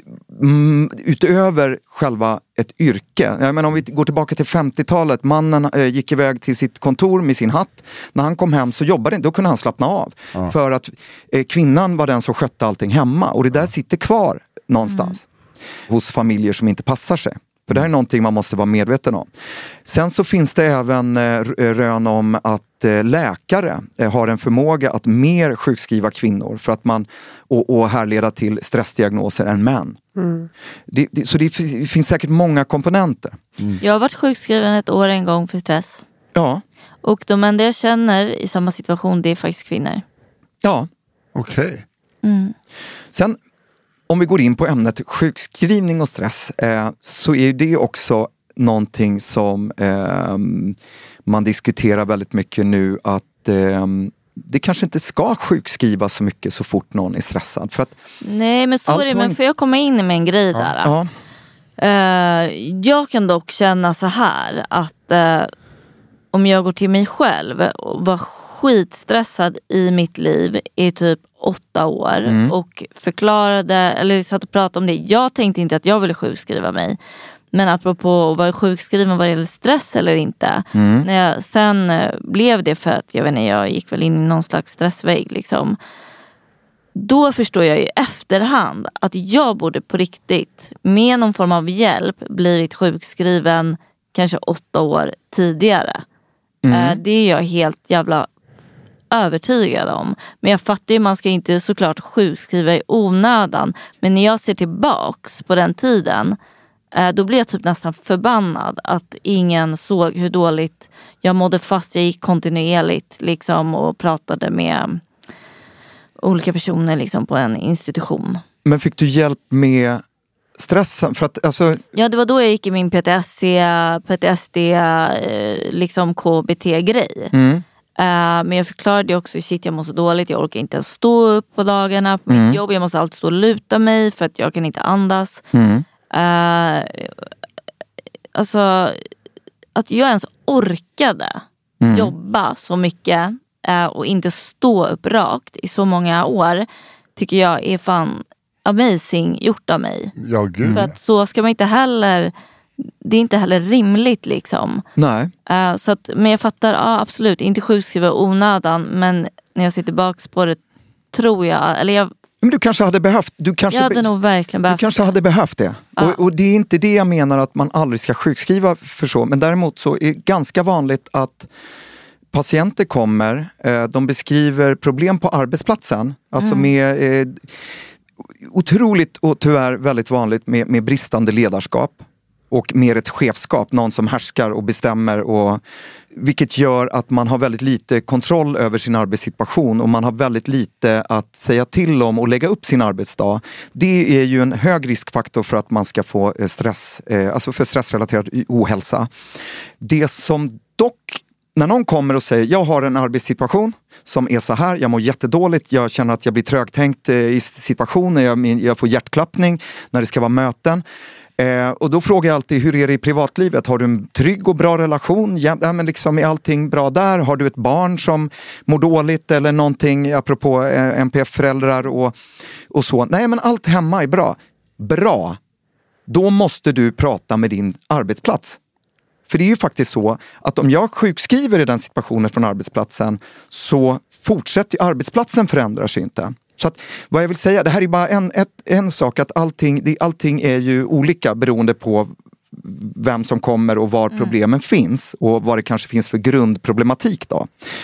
utöver själva ett yrke. Jag menar, om vi går tillbaka till 50-talet, mannen gick iväg till sitt kontor med sin hatt. När han kom hem så jobbade inte, då kunde han slappna av. För att kvinnan var den som skötte allting hemma och det där sitter kvar någonstans hos familjer som inte passar sig. För det här är någonting man måste vara medveten om. Sen så finns det även rön om att läkare har en förmåga att mer sjukskriva kvinnor för att man och härleda till stressdiagnoser än män. Så det finns säkert många komponenter. Jag har varit sjukskriven ett år en gång för stress. Ja. Och de enda jag känner i samma situation, det är faktiskt kvinnor. Ja. Okej. Sen om vi går in på ämnet sjukskrivning och stress så är det också någonting som man diskuterar väldigt mycket nu att det kanske inte ska sjukskrivas så mycket så fort någon är stressad. För att nej, men så är det. Men får jag komma in med en grej där? Ja. Jag kan dock känna så här att om jag går till mig själv och var skitstressad i mitt liv i typ 8 år och förklarade, eller satt och pratade om det. Jag tänkte inte att jag ville sjukskriva mig. Men apropå att vara sjukskriven vad det gäller stress eller inte. När jag sen blev det för att jag gick väl in i någon slags stressvägg liksom. Då förstår jag i efterhand att jag borde på riktigt med någon form av hjälp blivit sjukskriven kanske 8 år tidigare. Det är jag helt jävla övertygad om. Men jag fattar ju, man ska inte såklart sjukskriva i onödan. Men när jag ser tillbaks på den tiden, då blev jag typ nästan förbannad att ingen såg hur dåligt jag mådde fast. Jag gick kontinuerligt liksom och pratade med olika personer liksom på en institution. Men fick du hjälp med stressen? För att, alltså... Ja, det var då jag gick i min PTSD liksom KBT-grej. Men jag förklarade också, shit, jag mår så dåligt, jag orkar inte ens stå upp på dagarna på mitt jobb, jag måste alltid stå och luta mig för att jag kan inte andas. Alltså att jag ens orkade jobba så mycket och inte stå upp rakt i så många år tycker jag är fan amazing gjort av mig. Ja, gud. För att så ska man inte heller, det är inte heller rimligt liksom. Nej. Så att, men jag fattar, absolut, inte sjukskriva onödan, men när jag sitter tillbaka på det tror jag, eller jag... Men du kanske hade behövt... jag hade nog verkligen behövt det. Du kanske hade behövt det. Ja. Och det är inte det jag menar att man aldrig ska sjukskriva för så. Men däremot så är det ganska vanligt att patienter kommer, de beskriver problem på arbetsplatsen. Alltså med... otroligt och tyvärr väldigt vanligt med bristande ledarskap. Och mer ett chefskap, någon som härskar och bestämmer. Vilket gör att man har väldigt lite kontroll över sin arbetssituation. Och man har väldigt lite att säga till om och lägga upp sin arbetsdag. Det är ju en hög riskfaktor för att man ska få stress, alltså för stressrelaterad ohälsa. Det som dock, när någon kommer och säger jag har en arbetssituation som är så här, jag mår jättedåligt, jag känner att jag blir trögtänkt i situationer, jag får hjärtklappning när det ska vara möten. Och då frågar jag alltid, hur är det i privatlivet? Har du en trygg och bra relation? Ja, men liksom, är allting bra där? Har du ett barn som mår dåligt eller någonting, apropå NPF-föräldrar och så? Nej, men allt hemma är bra. Bra! Då måste du prata med din arbetsplats. För det är ju faktiskt så att om jag sjukskriver i den situationen från arbetsplatsen så fortsätter, arbetsplatsen förändrar sig inte. Så att, vad jag vill säga, det här är bara en sak, att allting är ju olika beroende på vem som kommer och var problemen finns och vad det kanske finns för grundproblematik då.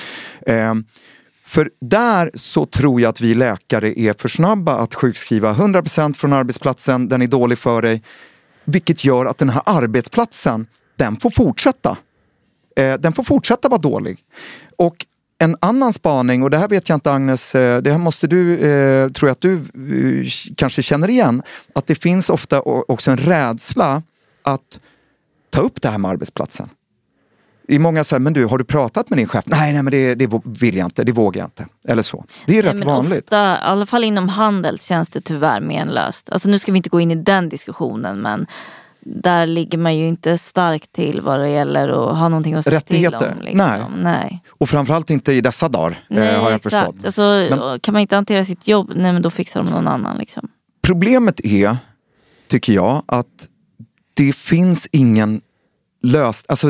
För där så tror jag att vi läkare är för snabba att sjukskriva 100% från arbetsplatsen, den är dålig för dig, vilket gör att den här arbetsplatsen, den får fortsätta. Den får fortsätta vara dålig. Och en annan spaning, och det här vet jag inte Agnes, det här måste du, tror jag att du kanske känner igen, att det finns ofta också en rädsla att ta upp det här med arbetsplatsen. I många säger, men du, har du pratat med din chef? Nej, men det vill jag inte, det vågar jag inte. Eller så. Det är rätt vanligt. Ofta, i alla fall inom handel, känns det tyvärr menlöst. Alltså nu ska vi inte gå in i den diskussionen, men där ligger man ju inte starkt till vad det gäller att ha någonting att säga till om. Liksom. Nej. Och framförallt inte i dessa dagar, har jag förstått. Alltså, men kan man inte hantera sitt jobb, nej men då fixar de någon annan. Liksom. Problemet är, tycker jag, att det finns ingen alltså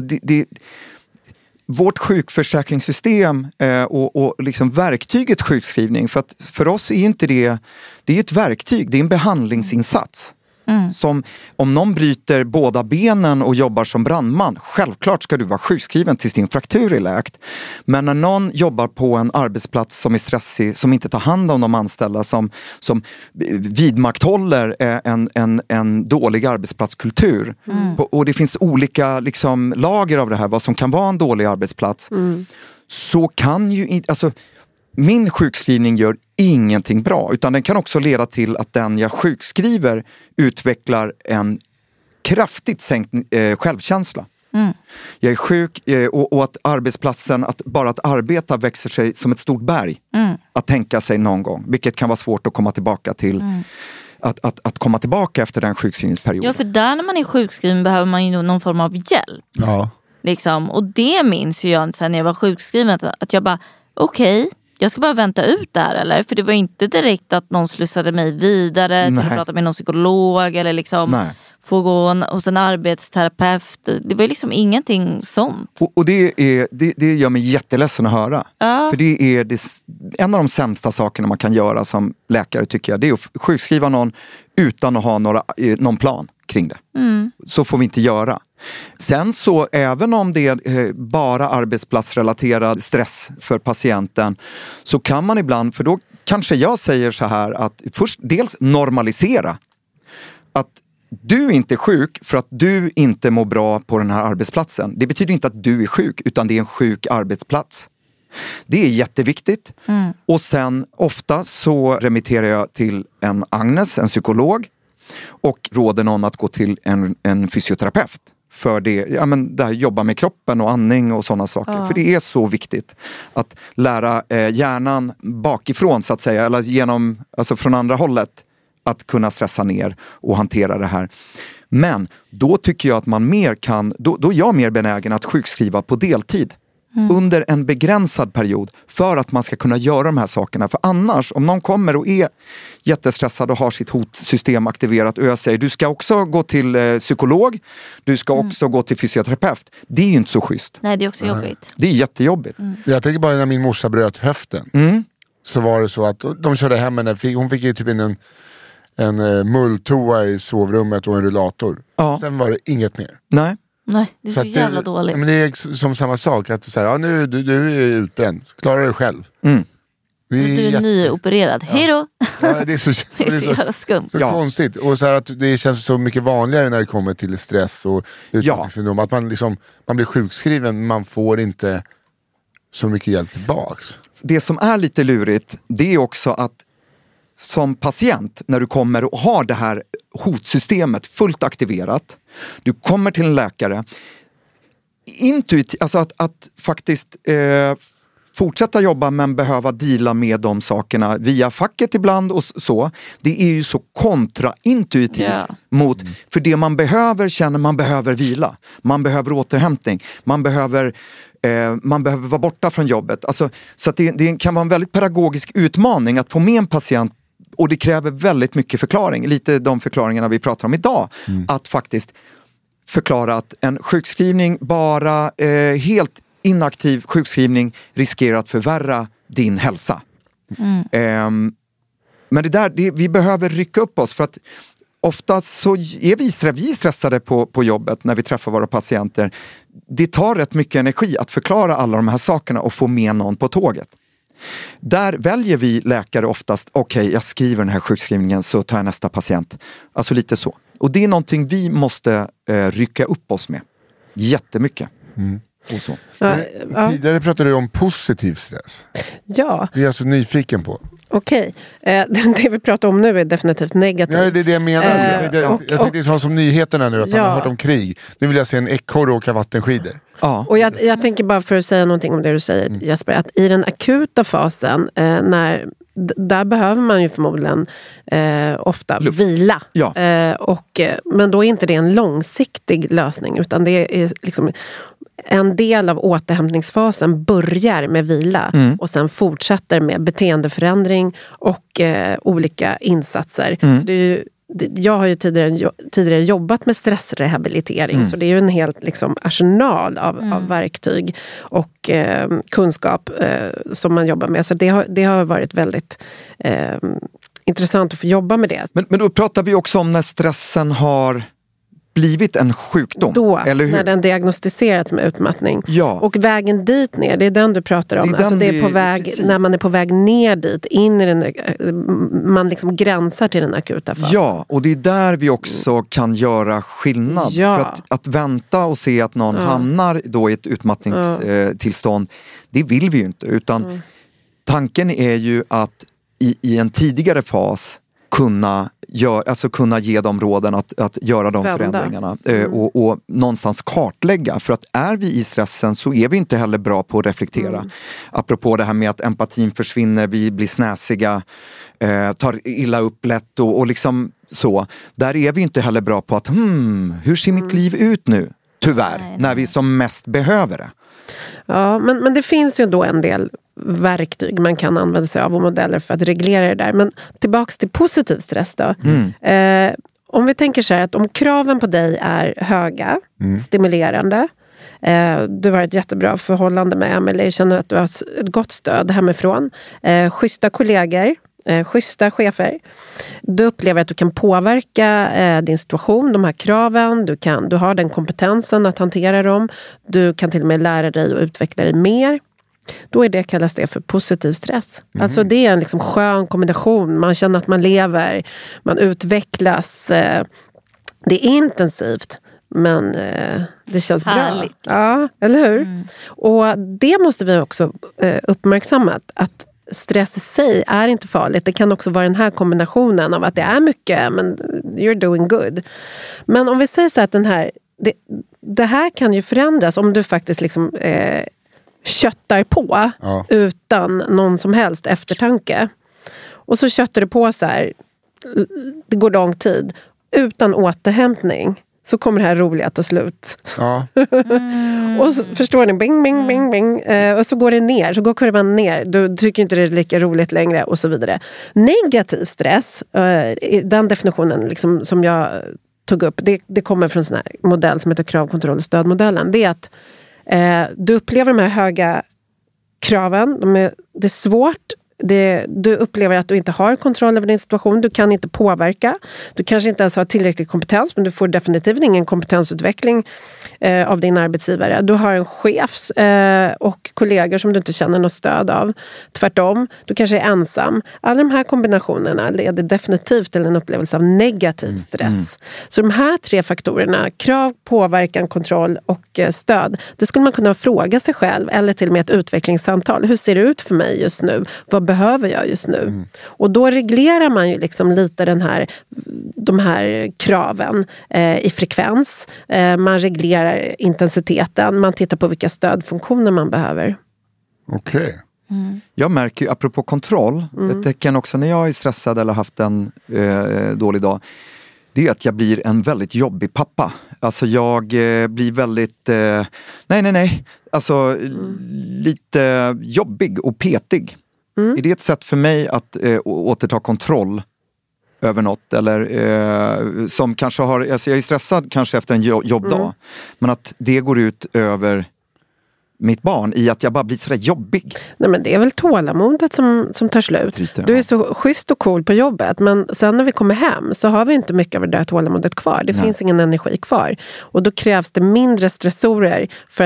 vårt sjukförsäkringssystem och liksom verktyget sjukskrivning, för oss är inte det är ett verktyg, det är en behandlingsinsats. Som om någon bryter båda benen och jobbar som brandman, självklart ska du vara sjukskriven tills din fraktur är läkt. Men när någon jobbar på en arbetsplats som är stressig, som inte tar hand om de anställda, som vidmakthåller en dålig arbetsplatskultur. Och det finns olika liksom lager av det här, vad som kan vara en dålig arbetsplats. Så kan ju inte, alltså min sjukskrivning gör ingenting bra, utan den kan också leda till att den jag sjukskriver utvecklar en kraftigt sänkt självkänsla. Jag är sjuk och att arbetsplatsen, att arbeta växer sig som ett stort berg. Att tänka sig någon gång, vilket kan vara svårt att komma tillbaka till. Att komma tillbaka efter den sjukskrivningsperioden. Ja, för där när man är sjukskriven behöver man ju någon form av hjälp. Ja. Liksom. Och det minns ju jag sen när jag var sjukskriven, att jag bara, okej, jag ska bara vänta ut det här, eller? För det var inte direkt att någon slussade mig vidare till att prata med någon psykolog eller liksom få gå hos en arbetsterapeut. Det var liksom ingenting sånt. Och det gör mig jätteledsen att höra. Ja. För det är en av de sämsta sakerna man kan göra som läkare, tycker jag. Det är att sjukskriva någon utan att ha någon plan kring det. Så får vi inte göra. Sen så, även om det är bara arbetsplatsrelaterad stress för patienten, så kan man ibland, för då kanske jag säger så här, att först dels normalisera att du inte är sjuk för att du inte mår bra på den här arbetsplatsen. Det betyder inte att du är sjuk, utan det är en sjuk arbetsplats. Det är jätteviktigt. Och sen ofta så remitterar jag till en Agnes, en psykolog, och råder någon att gå till en fysioterapeut. För det här jobba med kroppen och andning och sådana saker. För det är så viktigt att lära hjärnan bakifrån, så att säga, eller alltså från andra hållet, att kunna stressa ner och hantera det här. Men då tycker jag att man då är jag mer benägen att sjukskriva på deltid. Under en begränsad period, för att man ska kunna göra de här sakerna. För annars, om någon kommer och är jättestressad och har sitt hotsystem aktiverat, och jag säger, du ska också gå till psykolog, du ska också gå till fysioterapeut. Det är ju inte så schysst. Nej, det är också jobbigt. Det är jättejobbigt. Jag tänker bara när min morsa bröt höften, så var det så att de körde hem henne, hon fick ju typ in en mulltoa i sovrummet och en rullator. Sen var det inget mer. Nej, det är så jävla dåligt. Men det är som samma sak, att nu du är utbränd, klarar dig själv. Du är nyopererad, hej då! Ja, det är så jävla skumt. Så konstigt. Och så här, att det känns så mycket vanligare när det kommer till stress och utmattningssyndrom, att man blir sjukskriven, men man får inte så mycket hjälp tillbaks. Det som är lite lurigt, det är också att som patient, när du kommer och har det här hotsystemet fullt aktiverat, du kommer till en läkare, alltså att faktiskt fortsätta jobba, men behöva deala med de sakerna via facket ibland och så, det är ju så kontraintuitivt mot, för det man behöver vila, man behöver återhämtning, man behöver vara borta från jobbet. Alltså, så att det kan vara en väldigt pedagogisk utmaning att få med en patient, och det kräver väldigt mycket förklaring, lite de förklaringarna vi pratar om idag, att faktiskt förklara att en sjukskrivning, bara helt inaktiv sjukskrivning, riskerar att förvärra din hälsa. Men vi behöver rycka upp oss för att ofta så är vi stressade på jobbet när vi träffar våra patienter. Det tar rätt mycket energi att förklara alla de här sakerna och få med någon på tåget. Där väljer vi läkare oftast, okej, jag skriver den här sjukskrivningen så tar jag nästa patient. Alltså lite så. Och det är någonting vi måste rycka upp oss med. Jättemycket. Och så. Tidigare pratade du om positiv stress. Ja. Det är jag så nyfiken på. Okej. Det vi pratar om nu är definitivt negativt. Ja, det är det jag menar. Jag tänkte det är som nyheterna nu, att man har hört om krig. Nu vill jag se en ekorre åka vattenskidor. Ja. Och jag tänker bara för att säga någonting om det du säger, Jesper, att i den akuta fasen, där behöver man ju förmodligen ofta vila. Ja. Men då är inte det en långsiktig lösning, utan det är liksom en del av återhämtningsfasen börjar med vila och sen fortsätter med beteendeförändring och olika insatser. Så det är ju, jag har ju tidigare jobbat med stressrehabilitering, så det är ju en helt liksom arsenal av verktyg och kunskap som man jobbar med. Så det har varit väldigt intressant att få jobba med det. Men då pratar vi också om när stressen har blivit en sjukdom, då, eller hur? När den diagnostiserats med utmattning. Ja. Och vägen dit ner, det är den du pratar om. Det är på väg, när man är på väg ner dit, in i den, man liksom gränsar till den akuta fasen. Ja, och det är där vi också kan göra skillnad. Ja. För att vänta och se att någon hamnar då i ett utmattningstillstånd, det vill vi ju inte. Utan tanken är ju att i en tidigare fas kunna ge dem råden att göra de förändringarna och någonstans kartlägga. För att är vi i stressen så är vi inte heller bra på att reflektera. Apropå det här med att empatin försvinner, vi blir snäsiga, tar illa upp lätt och liksom så. Där är vi inte heller bra på att hur ser mitt liv ut nu? Tyvärr, när vi som mest behöver det. Ja, men det finns ju då en del verktyg man kan använda sig av och modeller för att reglera det där. Men tillbaks till positiv stress då. Om vi tänker så här att om kraven på dig är höga, stimulerande, du har ett jättebra förhållande med Emelie, känner att du har ett gott stöd hemifrån, schyssta kollegor, schyssta chefer. Du upplever att du kan påverka din situation, de här kraven, du har den kompetensen att hantera dem, du kan till och med lära dig och utveckla dig mer. Då kallas det för positiv stress. Alltså det är en liksom skön kombination. Man känner att man lever, man utvecklas. Det är intensivt, men det känns härligt. Bra. Ja, eller hur? Och det måste vi också uppmärksamma, att stress i sig är inte farligt. Det kan också vara den här kombinationen av att det är mycket, men you're doing good. Men om vi säger så att det här kan ju förändras om du faktiskt liksom köttar på utan någon som helst eftertanke. Och så köttar du på så här, det går lång tid. Utan återhämtning så kommer det här roliga att ta slut. Ja. Och så, förstår ni? Bing, bing, bing, bing. Och så går det ner, så går kurvan ner. Du tycker inte det är lika roligt längre och så vidare. Negativ stress, den definitionen liksom, som jag tog upp, det kommer från en sån här modell som heter kravkontroll- och stödmodellen. Det är att du upplever de här höga kraven, det är svårt, du upplever att du inte har kontroll över din situation, du kan inte påverka, du kanske inte ens har tillräcklig kompetens, men du får definitivt ingen kompetensutveckling av din arbetsgivare. Du har en chef och kollegor som du inte känner något stöd av. Tvärtom, du kanske är ensam. Alla de här kombinationerna leder definitivt till en upplevelse av negativ stress. Så de här 3 faktorerna, krav, påverkan, kontroll och stöd, det skulle man kunna fråga sig själv, eller till och med ett utvecklingssamtal. Hur ser det ut för mig just nu? Vad behöver jag just nu? Och då reglerar man ju liksom lite de här kraven i frekvens. Man reglerar intensiteten. Man tittar på vilka stödfunktioner man behöver. Okej. Jag märker ju, apropå kontroll, ett tecken också när jag är stressad eller haft en dålig dag, det är att jag blir en väldigt jobbig pappa. Alltså jag blir väldigt, alltså lite jobbig och petig. Är det ett sätt för mig att återta kontroll över något? Eller som kanske har, alltså jag är stressad kanske efter en jobbdag. Men att det går ut över mitt barn i att jag bara blir sådär jobbig. Nej, men det är väl tålamodet som tar slut. Du är så schysst och cool på jobbet, men sen när vi kommer hem så har vi inte mycket av det där tålamodet kvar. Det finns ingen energi kvar. Och då krävs det mindre stressorer för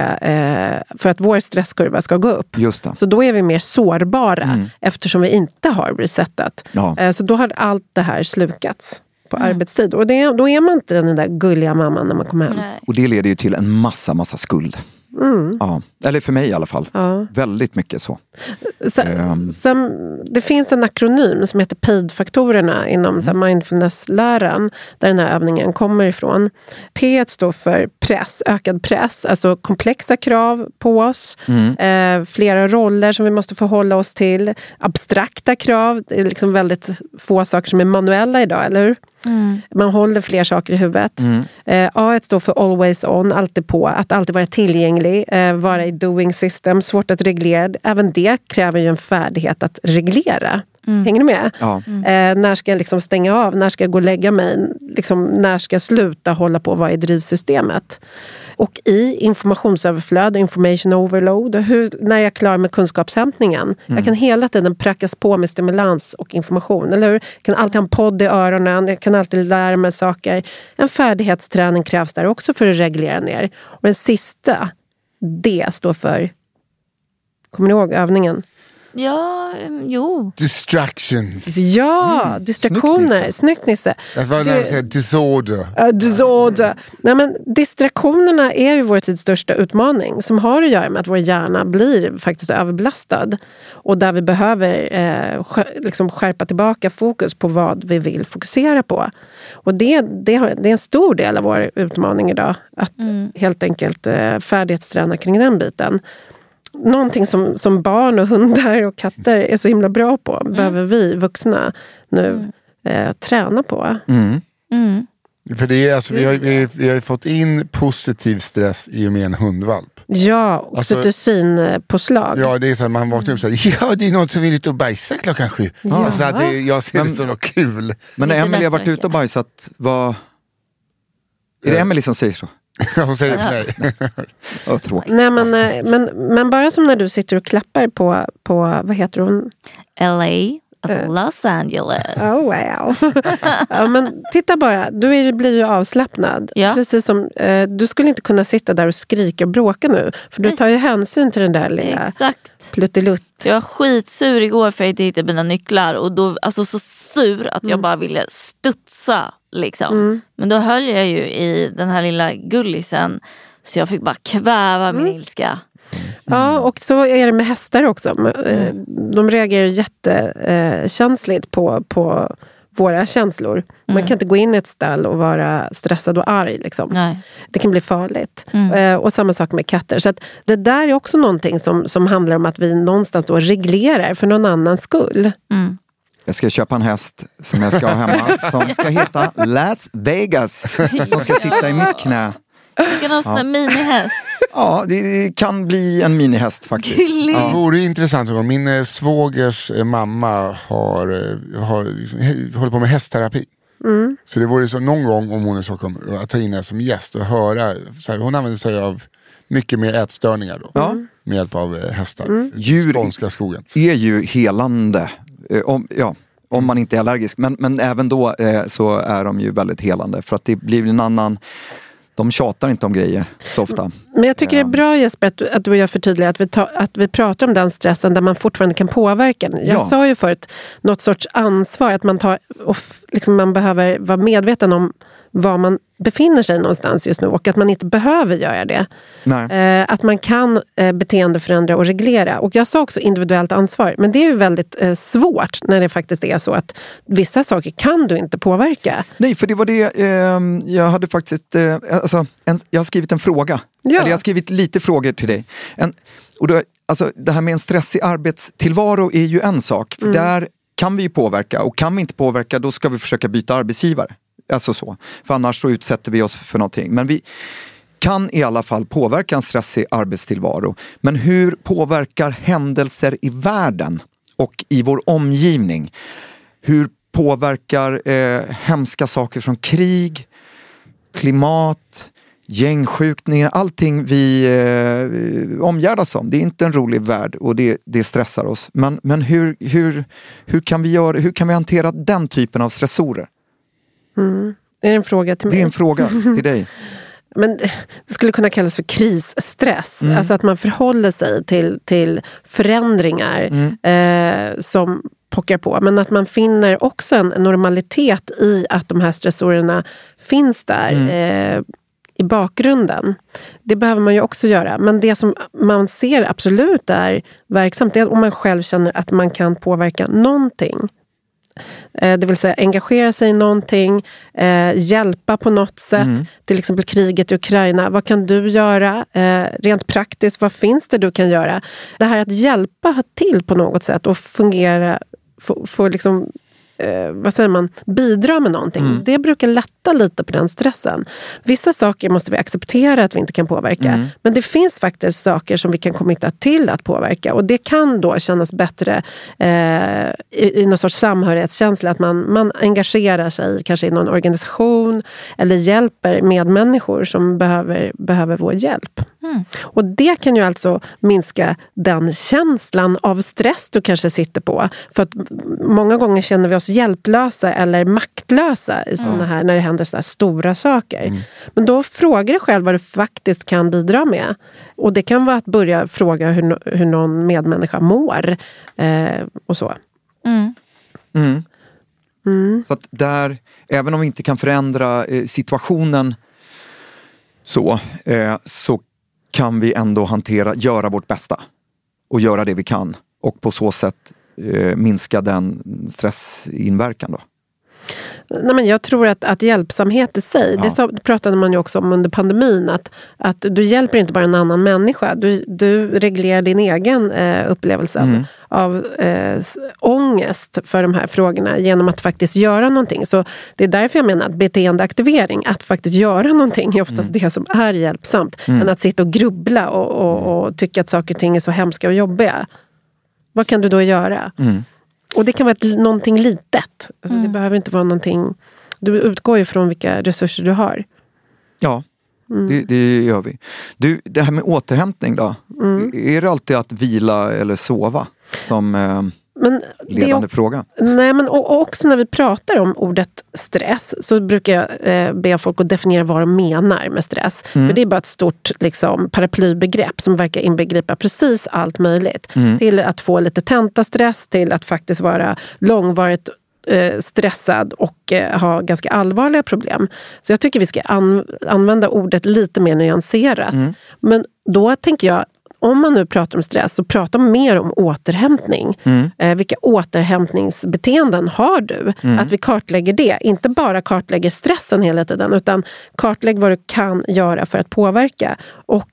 att vår stresskurva ska gå upp. Just det. Så då är vi mer sårbara eftersom vi inte har resetat. Ja. Så då har allt det här slukats på arbetstid. Och då är man inte den där gulliga mamman när man kommer hem. Nej. Och det leder ju till en massa skuld. Ja. Eller för mig i alla fall. Ja. Väldigt mycket så. Sen, det finns en akronym som heter PAID-faktorerna inom mindfulness-läran, där den här övningen kommer ifrån. P står för press, ökad press, alltså komplexa krav på oss, flera roller som vi måste förhålla oss till, abstrakta krav, det är liksom väldigt få saker som är manuella idag, eller hur? Man håller fler saker i huvudet. A står för always on, alltid på, att alltid vara tillgänglig, vara i doing system, svårt att reglera. Även det kräver ju en färdighet att reglera. Hänger ni med? Ja. När ska jag liksom stänga av? När ska jag gå och lägga mig? Liksom, när ska jag sluta hålla på att vara i drivsystemet? Och i informationsöverflöd, information overload, när jag är klar med kunskapshämtningen. Jag kan hela tiden prackas på med stimulans och information, eller hur? Jag kan alltid ha en podd i öronen, jag kan alltid lära mig saker. En färdighetsträning krävs där också för att reglera ner. Och den sista, D står för, kommer ni ihåg övningen? Ja, jo. Distractions. Ja, distraktioner. Snyggt, Nisse. Jag var nära att säga disorder. Disorder. Nej, men distraktionerna är ju vår tids största utmaning, som har att göra med att vår hjärna blir faktiskt överbelastad. Och där vi behöver liksom skärpa tillbaka fokus på vad vi vill fokusera på. Och det är en stor del av vår utmaning idag. Att helt enkelt färdighetsträna kring den biten. Någonting som barn och hundar och katter är så himla bra på, behöver vi vuxna nu träna på. För det är, alltså, vi har ju fått in positiv stress i och med en hundvalp. Ja, och alltså, oxytocinpåslag. Ja, det är så att man vaknar upp och säger, ja, det är någon som vill ut och bajsa klockan 7. Ja. Alltså, jag ser det som något kul. Men när Emily har varit ute och bajsat, är det Emily som säger så? Hon säger det till mig. Tråkigt. Nej, men bara som när du sitter och klappar på vad heter hon? LA, alltså Los Angeles. Oh wow. Ja, men titta bara, blir ju avslappnad. Ja. Precis som, du skulle inte kunna sitta där och skrika och bråka nu. För du tar ju hänsyn till den där lilla Exakt. pluttelutt. Jag var skitsur igår för att jag inte hittade mina nycklar. Och då, alltså så sur att jag bara ville studsa. Liksom. Men då höll jag ju i den här lilla gullisen. Så jag fick bara kväva min ilska. Ja, och så är det med hästar också. De reagerar ju jättekänsligt på våra känslor. Man kan inte gå in i ett stall och vara stressad och arg. Liksom. Nej. Det kan bli farligt. Och samma sak med katter. Så att det där är också någonting som handlar om att vi någonstans då reglerar för någon annans skull. Jag ska köpa en häst som jag ska ha hemma som ska heta Las Vegas. Som ska sitta i mitt knä. Du kan ha en sån där minihäst. Ja, det kan bli en minihäst faktiskt. Det vore intressant. Min svågers mamma håller på med hästterapi. Så det vore så någon gång om hon är i Stockholm att ta in henne som gäst och höra. Så här, hon använder sig av mycket mer ätstörningar då. Med hjälp av hästar. Djur skånska skogen. Är ju helande. Om man inte är allergisk. Men även då så är de ju väldigt helande. För att det blir en annan... De tjatar inte om grejer så ofta. Men jag tycker det är bra, Jesper, att du och jag förtydligar att vi pratar om den stressen där man fortfarande kan påverka den. Jag sa ju förut något sorts ansvar att man tar och liksom man behöver vara medveten om var man befinner sig någonstans just nu och att man inte behöver göra det. Nej. Att man kan beteendeförändra och reglera. Och jag sa också individuellt ansvar. Men det är ju väldigt svårt när det faktiskt är så att vissa saker kan du inte påverka. Nej, för det var det jag hade faktiskt... jag har skrivit en fråga. Ja. Eller jag har skrivit lite frågor till dig. Det här med en stressig arbetstillvaro är ju en sak. För där kan vi ju påverka. Och kan vi inte påverka, då ska vi försöka byta arbetsgivare. Alltså så. För annars så utsätter vi oss för någonting. Men vi kan i alla fall påverka en stressig arbetstillvaro. Men hur påverkar händelser i världen och i vår omgivning? Hur påverkar hemska saker som krig, klimat, gängskjutningar, allting vi omgärdas om. Det är inte en rolig värld och det stressar oss. Men hur kan vi hantera den typen av stressorer? Det är en fråga till mig. Det är en fråga till dig. Men det skulle kunna kallas för krisstress. Alltså att man förhåller sig till förändringar som pockar på. Men att man finner också en normalitet i att de här stressorerna finns där i bakgrunden. Det behöver man ju också göra. Men det som man ser absolut är verksamt, det är om man själv känner att man kan påverka någonting. Det vill säga engagera sig i någonting, hjälpa på något sätt, till exempel kriget i Ukraina. Vad kan du göra? Rent praktiskt, vad finns det du kan göra? Det här att hjälpa till på något sätt och fungera, få liksom vad säger man, bidra med någonting. Det brukar lätta lite på den stressen. Vissa saker måste vi acceptera att vi inte kan påverka. Men det finns faktiskt saker som vi kan kommitta till att påverka. Och det kan då kännas bättre i någon sorts samhörighetskänsla. Att man engagerar sig kanske i någon organisation eller hjälper medmänniskor som behöver vår hjälp. Och det kan ju alltså minska den känslan av stress du kanske sitter på. För att många gånger känner vi oss hjälplösa eller maktlösa i såna här, när det händer så här stora saker. Men då frågar dig själv vad du faktiskt kan bidra med. Och det kan vara att börja fråga hur någon medmänniska mår och så. Så att där, även om vi inte kan förändra situationen så kan vi ändå göra vårt bästa och göra det vi kan och på så sätt minska den stressinverkan då. Nej, men jag tror att hjälpsamhet i sig, det pratade man ju också om under pandemin, att du hjälper inte bara en annan människa, du reglerar din egen upplevelse av ångest för de här frågorna genom att faktiskt göra någonting. Så det är därför jag menar att beteendeaktivering, att faktiskt göra någonting, är oftast det som är hjälpsamt, än att sitta och grubbla och tycka att saker och ting är så hemska och jobbiga. Vad kan du då göra? Och det kan vara någonting litet. Alltså det behöver inte vara någonting... Du utgår ju från vilka resurser du har. Ja, det gör vi. Du, det här med återhämtning då? Är det alltid att vila eller sova som ledande fråga? Nej, men och också när vi pratar om ordet stress så brukar jag be folk att definiera vad de menar med stress. För det är bara ett stort liksom, paraplybegrepp som verkar inbegripa precis allt möjligt. Till att få lite tentastress, till att faktiskt vara långvarigt stressad och ha ganska allvarliga problem. Så jag tycker vi ska använda ordet lite mer nyanserat. Men då tänker jag, om man nu pratar om stress, så prata mer om återhämtning. Vilka återhämtningsbeteenden har du? Att vi kartlägger det. Inte bara kartlägger stressen hela tiden, utan kartlägg vad du kan göra för att påverka. Och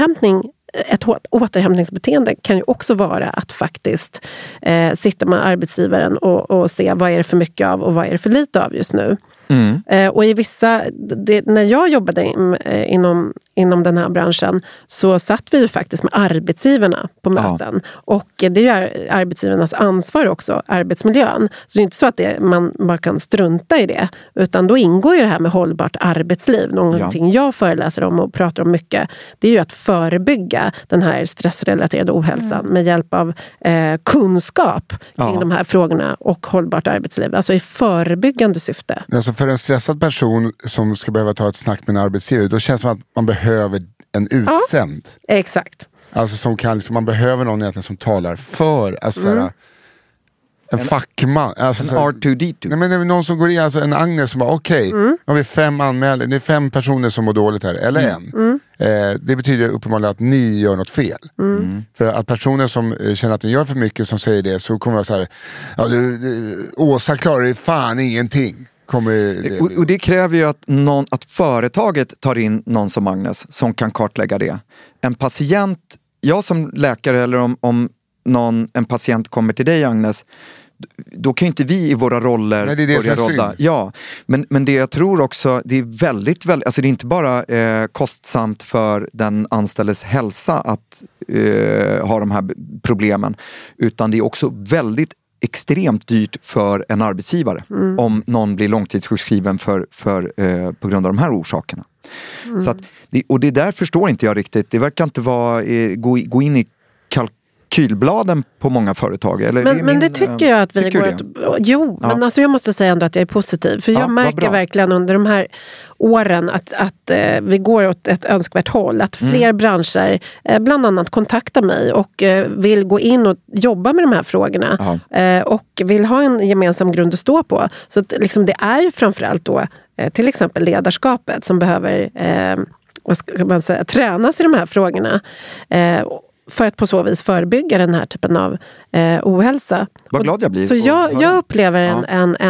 ett återhämtningsbeteende kan ju också vara att faktiskt sitta med arbetsgivaren och se vad är det för mycket av och vad är det för lite av just nu. Och i när jag jobbade inom den här branschen så satt vi ju faktiskt med arbetsgivarna på möten. Och det är ju arbetsgivarnas ansvar också, arbetsmiljön. Så det är inte så att man bara kan strunta i det, utan då ingår ju det här med hållbart arbetsliv. Någonting jag föreläser om och pratar om mycket, det är ju att förebygga den här stressrelaterade ohälsan med hjälp av kunskap kring de här frågorna och hållbart arbetsliv. Alltså i förebyggande syfte. Alltså för en stressad person som ska behöva ta ett snack med en arbetsgivare, då känns det som att man behöver en utsänd. Ja, exakt. Alltså som kan, liksom, man behöver någon egentligen som talar för, alltså en fackman. Alltså, en R2D2. Nej, men någon som går in, alltså en Agnes som bara nu har vi 5 anmälningar, det är 5 personer som mår dåligt här, eller en. Det betyder uppenbarligen att ni gör något fel. För att personer som känner att de gör för mycket som säger det, så kommer jag så här, Åsa klarar det fan ingenting. Och det kräver ju att företaget tar in någon som Agnes som kan kartlägga det. En patient, jag som läkare eller om en patient kommer till dig, Agnes, då kan ju inte vi i våra roller börja rodda. Ja, men det jag tror också, det är väldigt, alltså det är inte bara kostsamt för den anställdes hälsa att ha de här problemen, utan det är också väldigt extremt dyrt för en arbetsgivare om någon blir långtidssjukskriven på grund av de här orsakerna. Så att, och det där förstår inte jag riktigt. Det verkar inte vara gå in i kalkylbladen på många företag. Eller men det tycker jag att vi går men alltså jag måste säga ändå att jag är positiv. För jag märker verkligen under de här åren att vi går åt ett önskvärt håll. Att fler branscher bland annat kontaktar mig och vill gå in och jobba med de här frågorna. Och vill ha en gemensam grund att stå på. Så att, liksom, det är ju framförallt då till exempel ledarskapet som behöver vad ska man säga, tränas i de här frågorna. För att på så vis förebygga den här typen av ohälsa. Vad glad jag blir. Så jag upplever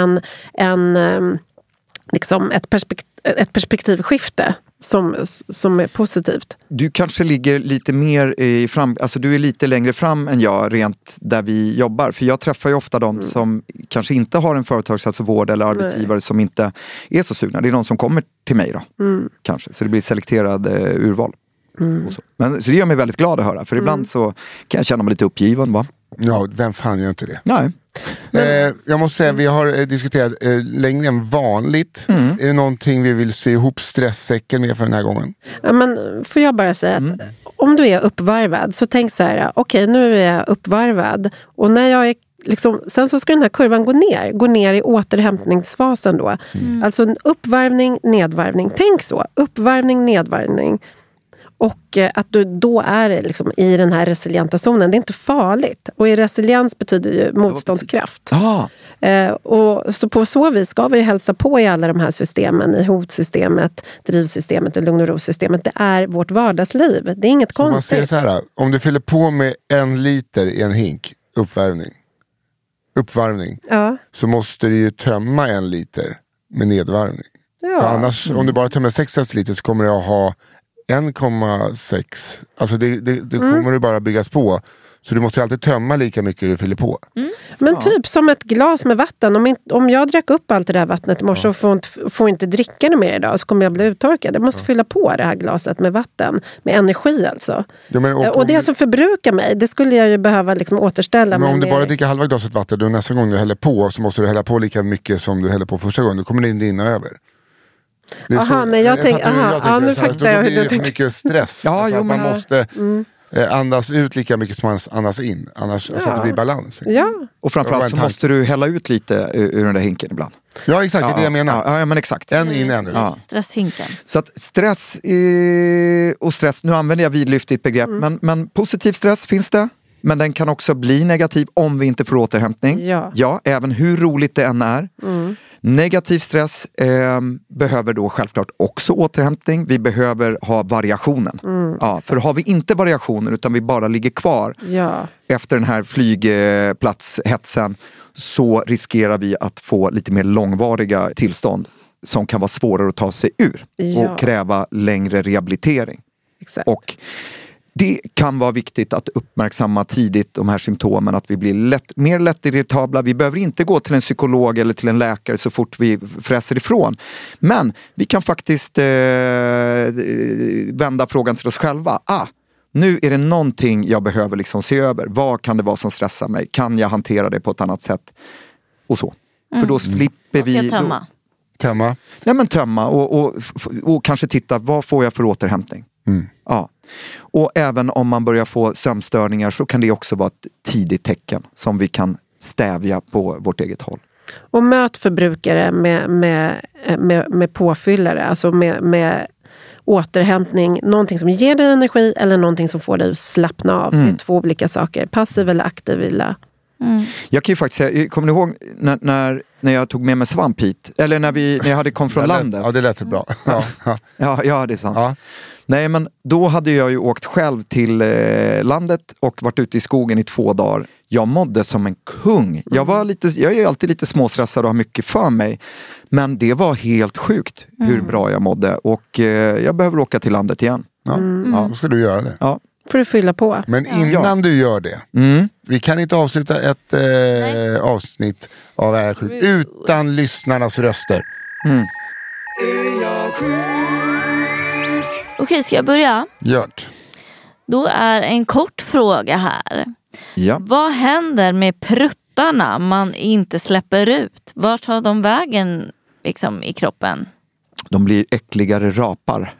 liksom ett perspektivskifte som är positivt. Du kanske ligger lite mer alltså du är lite längre fram än jag rent där vi jobbar. För jag träffar ju ofta de som kanske inte har en företagshälsovård eller arbetsgivare som inte är så sugna. Det är någon som kommer till mig då. Kanske. Så det blir selekterad urval. Så det gör mig väldigt glad att höra. För ibland så kan jag känna mig lite uppgiven, va? Ja, vem fan gör inte det? Nej. Jag måste säga, vi har diskuterat längre än vanligt. Är det någonting vi vill se ihop stresssäcken med för den här gången? Ja, men får jag bara säga att om du är uppvarvad så tänk så här, okej, nu är jag uppvarvad och när jag är liksom, sen så ska den här kurvan gå ner i återhämtningsfasen då. Alltså en uppvarvning, nedvarvning. Tänk så, uppvarvning, nedvarvning. Och att du då är liksom i den här resilienta zonen. Det är inte farligt. Och i resiliens betyder ju motståndskraft. Och så på så vis ska vi hälsa på i alla de här systemen. I hotsystemet, drivsystemet och lugn- och ro-systemet. Det är vårt vardagsliv. Det är inget konstigt. Man säger så här, om du fyller på med 1 liter i en hink uppvarvning. Så måste du ju tömma 1 liter med nedvarvning. För annars, om du bara tömmer 6 liter så kommer du att ha 1,6. Alltså det kommer ju bara byggas på. Så du måste alltid tömma lika mycket du fyller på. Men typ som ett glas med vatten. Om jag drack upp allt det där vattnet i morse och får inte dricka det mer idag så kommer jag bli uttorkad. Jag måste fylla på det här glaset med vatten. Med energi alltså. Ja, och det som förbrukar mig, det skulle jag ju behöva liksom återställa. Men om du bara dricker halva glaset vatten, då nästa gång du häller på så måste du hälla på lika mycket som du häller på första gången. Då kommer det rinna över. Jag tänker, nu fattar jag hur du tänker. Det blir för mycket stress. Alltså man måste andas ut lika mycket som man andas in. Annars så att det blir balans. Och framförallt så måste du hälla ut lite ur den där hinken ibland. Ja, exakt, det är det jag menar. Ja, men exakt. En in, en ut. Stresshinken. Så att stress och stress, nu använder jag vidlyftigt begrepp, men positiv stress finns det. Men den kan också bli negativ om vi inte får återhämtning. Ja, även hur roligt det än är. Negativ stress behöver då självklart också återhämtning. Vi behöver ha variationen. För har vi inte variationen utan vi bara ligger kvar efter den här flygplatshetsen så riskerar vi att få lite mer långvariga tillstånd som kan vara svårare att ta sig ur och kräva längre rehabilitering. Exakt. Och det kan vara viktigt att uppmärksamma tidigt de här symptomen, att vi blir mer lättirritabla. Vi behöver inte gå till en psykolog eller till en läkare så fort vi fräser ifrån. Men vi kan faktiskt vända frågan till oss själva. Nu är det någonting jag behöver liksom se över. Vad kan det vara som stressar mig? Kan jag hantera det på ett annat sätt? Och så. För då slipper vi... Tömma? Nej, men tömma och kanske titta, vad får jag för återhämtning? Ja. Och även om man börjar få sömnstörningar så kan det också vara ett tidigt tecken som vi kan stävja på vårt eget håll. Och möt förbrukare med påfyllare, alltså med återhämtning, någonting som ger dig energi eller någonting som får dig att slappna av. Det är 2 olika saker, passiv eller aktiv vila. Jag kan ju faktiskt säga, kommer ni ihåg när jag tog med mig svamp hit? Eller när jag hade kom från landet? Ja, det lät bra. Ja, det är sant. Nej, men då hade jag ju åkt själv till landet och varit ute i skogen i 2 dagar. Jag mådde som en kung. Jag är alltid lite småstressad och har mycket för mig. Men det var helt sjukt hur bra jag mådde. Och jag behöver åka till landet igen. Då ska du göra det. Ja. Får du fylla på. Men innan du gör det, vi kan inte avsluta ett avsnitt av Är jag sjuk utan lyssnarnas röster. Är jag sjuk? Okej, ska jag börja? Gjort. Då är en kort fråga här. Ja. Vad händer med pruttarna man inte släpper ut? Vart tar de vägen liksom, i kroppen? De blir äckligare rapar.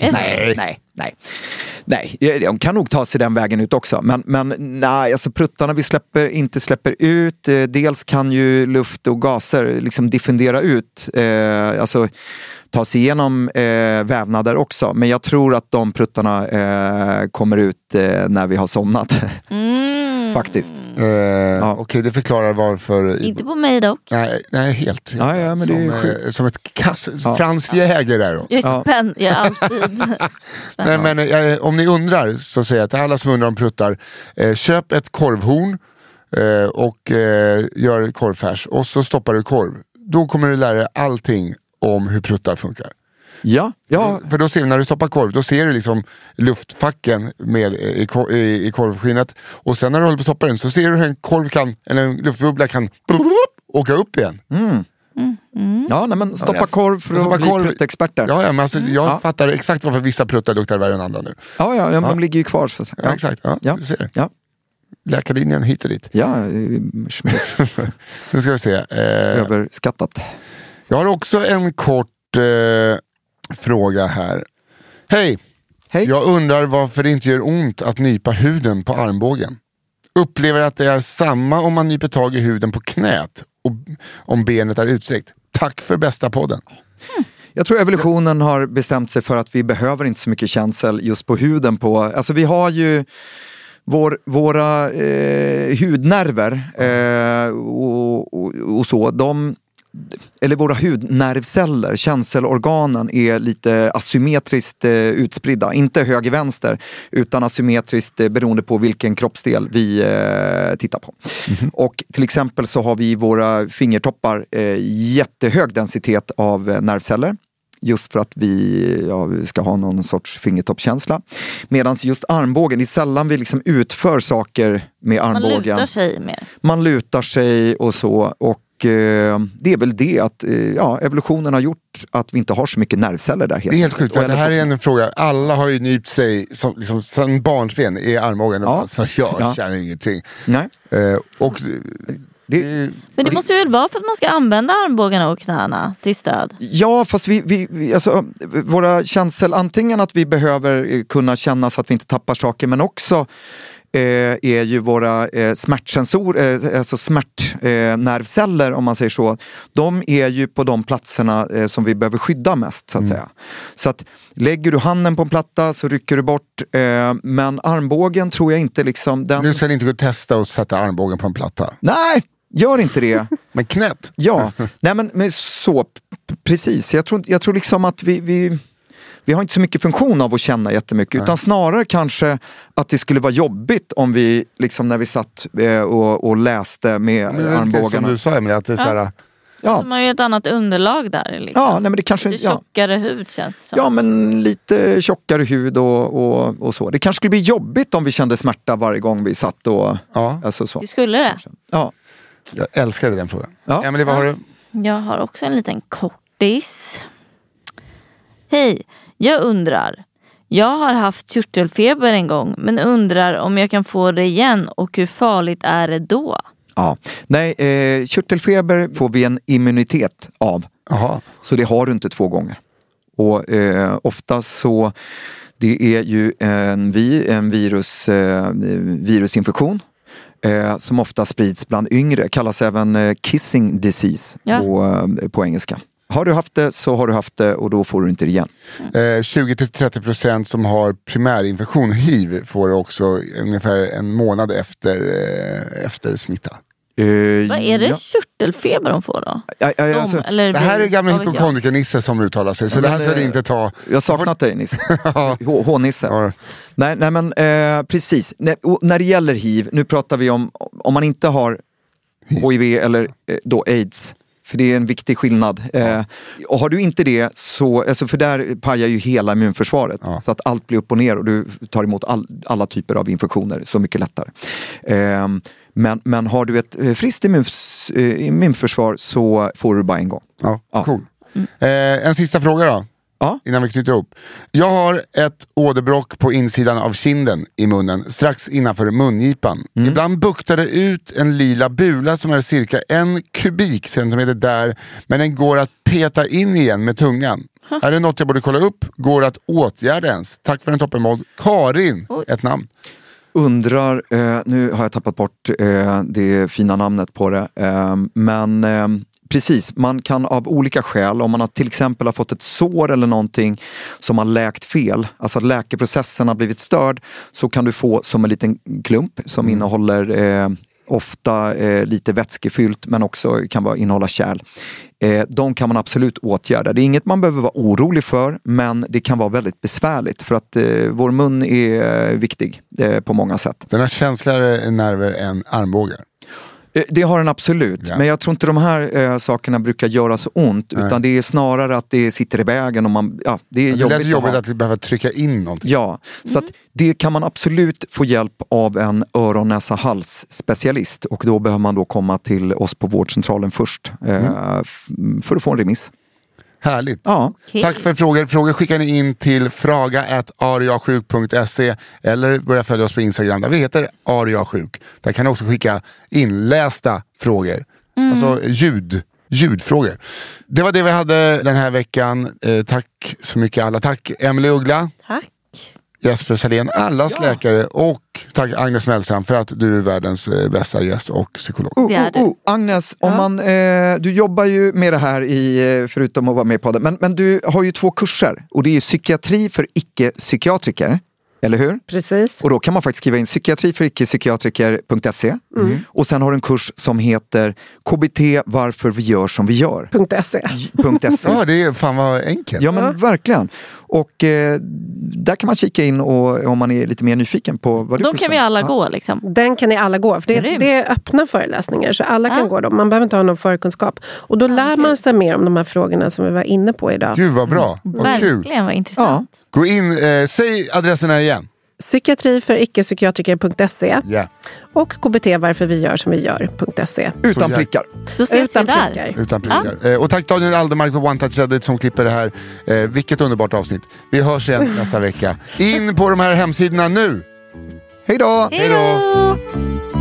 Nej, de kan nog ta sig den vägen ut också. Men nej, alltså pruttarna vi inte släpper ut, dels kan ju luft och gaser liksom diffundera ut, alltså ta sig igenom vävnader också. Men jag tror att de pruttarna kommer ut när vi har somnat. Faktiskt. Okej, det förklarar varför. Inte på mig dock. Nej helt. Ja, men det är som ett Frans Jäger där då. Jag är spänd, jag är alltid. Nej, men om ni undrar så säger jag till alla som undrar om pruttar, köp ett korvhorn och gör korvfärs och så stoppar du korv. Då kommer du lära dig allting om hur pruttar funkar. Ja. För då ser du, när du stoppar korv, då ser du liksom luftfacken med i korvskinnet. Och sen när du håller på att stoppa den så ser du hur en korv kan, eller en luftbubbla kan åka upp igen. Ja, nej, men stoppa korv för att bli pruttexperter. Ja, men alltså, jag fattar exakt varför vissa pruttar luktar värre än andra nu. Ja, de ligger ju kvar. Så. Ja, exakt. Ja. Du ser. Ja. Läkarlinjen hit och dit. Ja, nu ska vi se. Överskattat. Jag har också en kort fråga här. Hej. Jag undrar varför det inte gör ont att nypa huden på armbågen. Upplever att det är samma om man nyper tag i huden på knät och om benet är utsträckt. Tack för bästa podden. Jag tror evolutionen har bestämt sig för att vi behöver inte så mycket känsel just på huden. Alltså vi har ju våra hudnerver och så, eller våra hudnervceller, känselorganen är lite asymmetriskt utspridda. Inte höger-vänster utan asymmetriskt beroende på vilken kroppsdel vi tittar på. Och till exempel så har vi i våra fingertoppar jättehög densitet av nervceller. Just för att vi ska ha någon sorts fingertoppskänsla. Medan just armbågen, det är sällan vi liksom utför saker med armbågen. Man lutar sig mer. Man lutar sig och så. Och det är väl det att evolutionen har gjort att vi inte har så mycket nervceller där. Det är helt sjukt, för det här är en fråga. Alla har ju nypt sig som barnsben i armbågen. Ja. Så jag känner ingenting. Nej. Men det måste ju väl vara för att man ska använda armbågarna och knäna till stöd? Ja, fast alltså, våra känsel, antingen att vi behöver kunna känna så att vi inte tappar saker, men också är ju våra smärtsensorer, alltså smärtnervceller om man säger så. De är ju på de platserna som vi behöver skydda mest så att säga. Så att lägger du handen på en platta så rycker du bort, men armbågen tror jag inte liksom den... Nu ska ni inte gå och testa och sätta armbågen på en platta. Nej, gör inte det. Men knät? Ja, nej men så precis. Jag tror liksom att vi har inte så mycket funktion av att känna jättemycket. Utan snarare kanske att det skulle vara jobbigt om vi liksom när vi satt och läste med armbågarna. Som du sa, Emelie, att det är så här... Ja. Så man har ju ett annat underlag där. Liksom. Ja, nej, men det kanske lite tjockare hud känns det som. Ja, men lite tjockare hud och så. Det kanske skulle bli jobbigt om vi kände smärta varje gång vi satt och... Ja. Alltså så. Det skulle det. Ja. Jag älskade den frågan. Ja. Emelie, vad har du? Jag har också en liten kortis. Hej, jag undrar. Jag har haft körtelfeber en gång, men undrar om jag kan få det igen och hur farligt är det då? Ja, nej, körtelfeber får vi en immunitet av. Aha. Så det har du inte 2 gånger. Och oftast så, det är ju en virusinfektion som ofta sprids bland yngre. Kallas även kissing disease på engelska. Har du haft det så har du haft det och då får du inte det igen. 20-30% som har primärinfektion, HIV, får det också ungefär en månad efter smitta. Vad är det körtelfeber de får då? Alltså, det här är gamla hypokondriker-Nisse som uttalar sig, så det här ska det inte ta... Jag har saknat dig, Nisse. H-Nisse. Ja. Nej men precis. När det gäller HIV, nu pratar vi om man inte har HIV eller då AIDS. För det är en viktig skillnad. Och har du inte det så, alltså för där pajar ju hela immunförsvaret. Ja. Så att allt blir upp och ner och du tar emot alla typer av infektioner så mycket lättare. Men har du ett friskt immunförsvar så får du bara en gång. Ja. Cool. En sista fråga då. Ja. Innan vi knyter ihop. Jag har ett åderbråck på insidan av kinden i munnen, strax innanför mungipan. Ibland buktar det ut en lila bula som är cirka 1 kubikcentimeter där, men den går att peta in igen med tungan. Är det något jag borde kolla upp? Går att åtgärda ens? Tack för en toppenmodd. Karin, ett namn. Undrar, nu har jag tappat bort det fina namnet på det, men precis, man kan av olika skäl, om man till exempel har fått ett sår eller någonting som har läkt fel, alltså att läkeprocessen har blivit störd, så kan du få som en liten klump som innehåller ofta lite vätskefyllt, men också kan innehålla kärl. De kan man absolut åtgärda. Det är inget man behöver vara orolig för, men det kan vara väldigt besvärligt för att vår mun är viktig på många sätt. Den har känsligare nerver än armbågar. Det har den absolut, men jag tror inte de här sakerna brukar göra så ont, utan det är snarare att det sitter i vägen och det är jobbigt att behöva trycka in någonting. Ja, så att det kan man absolut få hjälp av en öron-, näsa-, hals-specialist, och då behöver man då komma till oss på vårdcentralen först för att få en remiss. Härligt. Ja. Okay. Tack för frågor. Frågor skickar ni in till fraga@ariasjuk.se eller börja följa oss på Instagram där vi heter ariasjuk. Där kan ni också skicka inlästa frågor. Alltså ljudfrågor. Det var det vi hade den här veckan. Tack så mycket alla. Tack Emelie Uggla. Tack. Jesper Salén, allas läkare, och tack Agnes Mellström för att du är världens bästa gäst och psykolog. Agnes, om du jobbar ju med det här förutom att vara med på det, men du har ju 2 kurser, och det är psykiatri för icke-psykiatriker. Eller hur? Precis. Och då kan man faktiskt skriva in psykiatriföricke-psykiatriker.se och sen har du en kurs som heter KBT varför vi gör som vi gör. .se. Ja, det är fan vad enkelt. Ja, men verkligen. Och där kan man kika in om man är lite mer nyfiken på vad det är. Då kan vi alla gå liksom. Den kan ni alla gå, för det är öppna föreläsningar, så alla kan gå dem. Man behöver inte ha någon förkunskap. Och då lär man sig mer om de här frågorna som vi var inne på idag. Gud vad bra, vad kul. Verkligen, vad intressant. Gå in, säg adresserna igen. Psykiatriföricke-psykiatriker.se och KBT varför vi gör som vi gör.se. Utan prickar. Då ses vi där. Utan prickar. Och tack Daniel Aldermark på One Touch Edit som klipper det här. Vilket underbart avsnitt. Vi hörs igen nästa vecka. In på de här hemsidorna nu. Hej då! Hej då!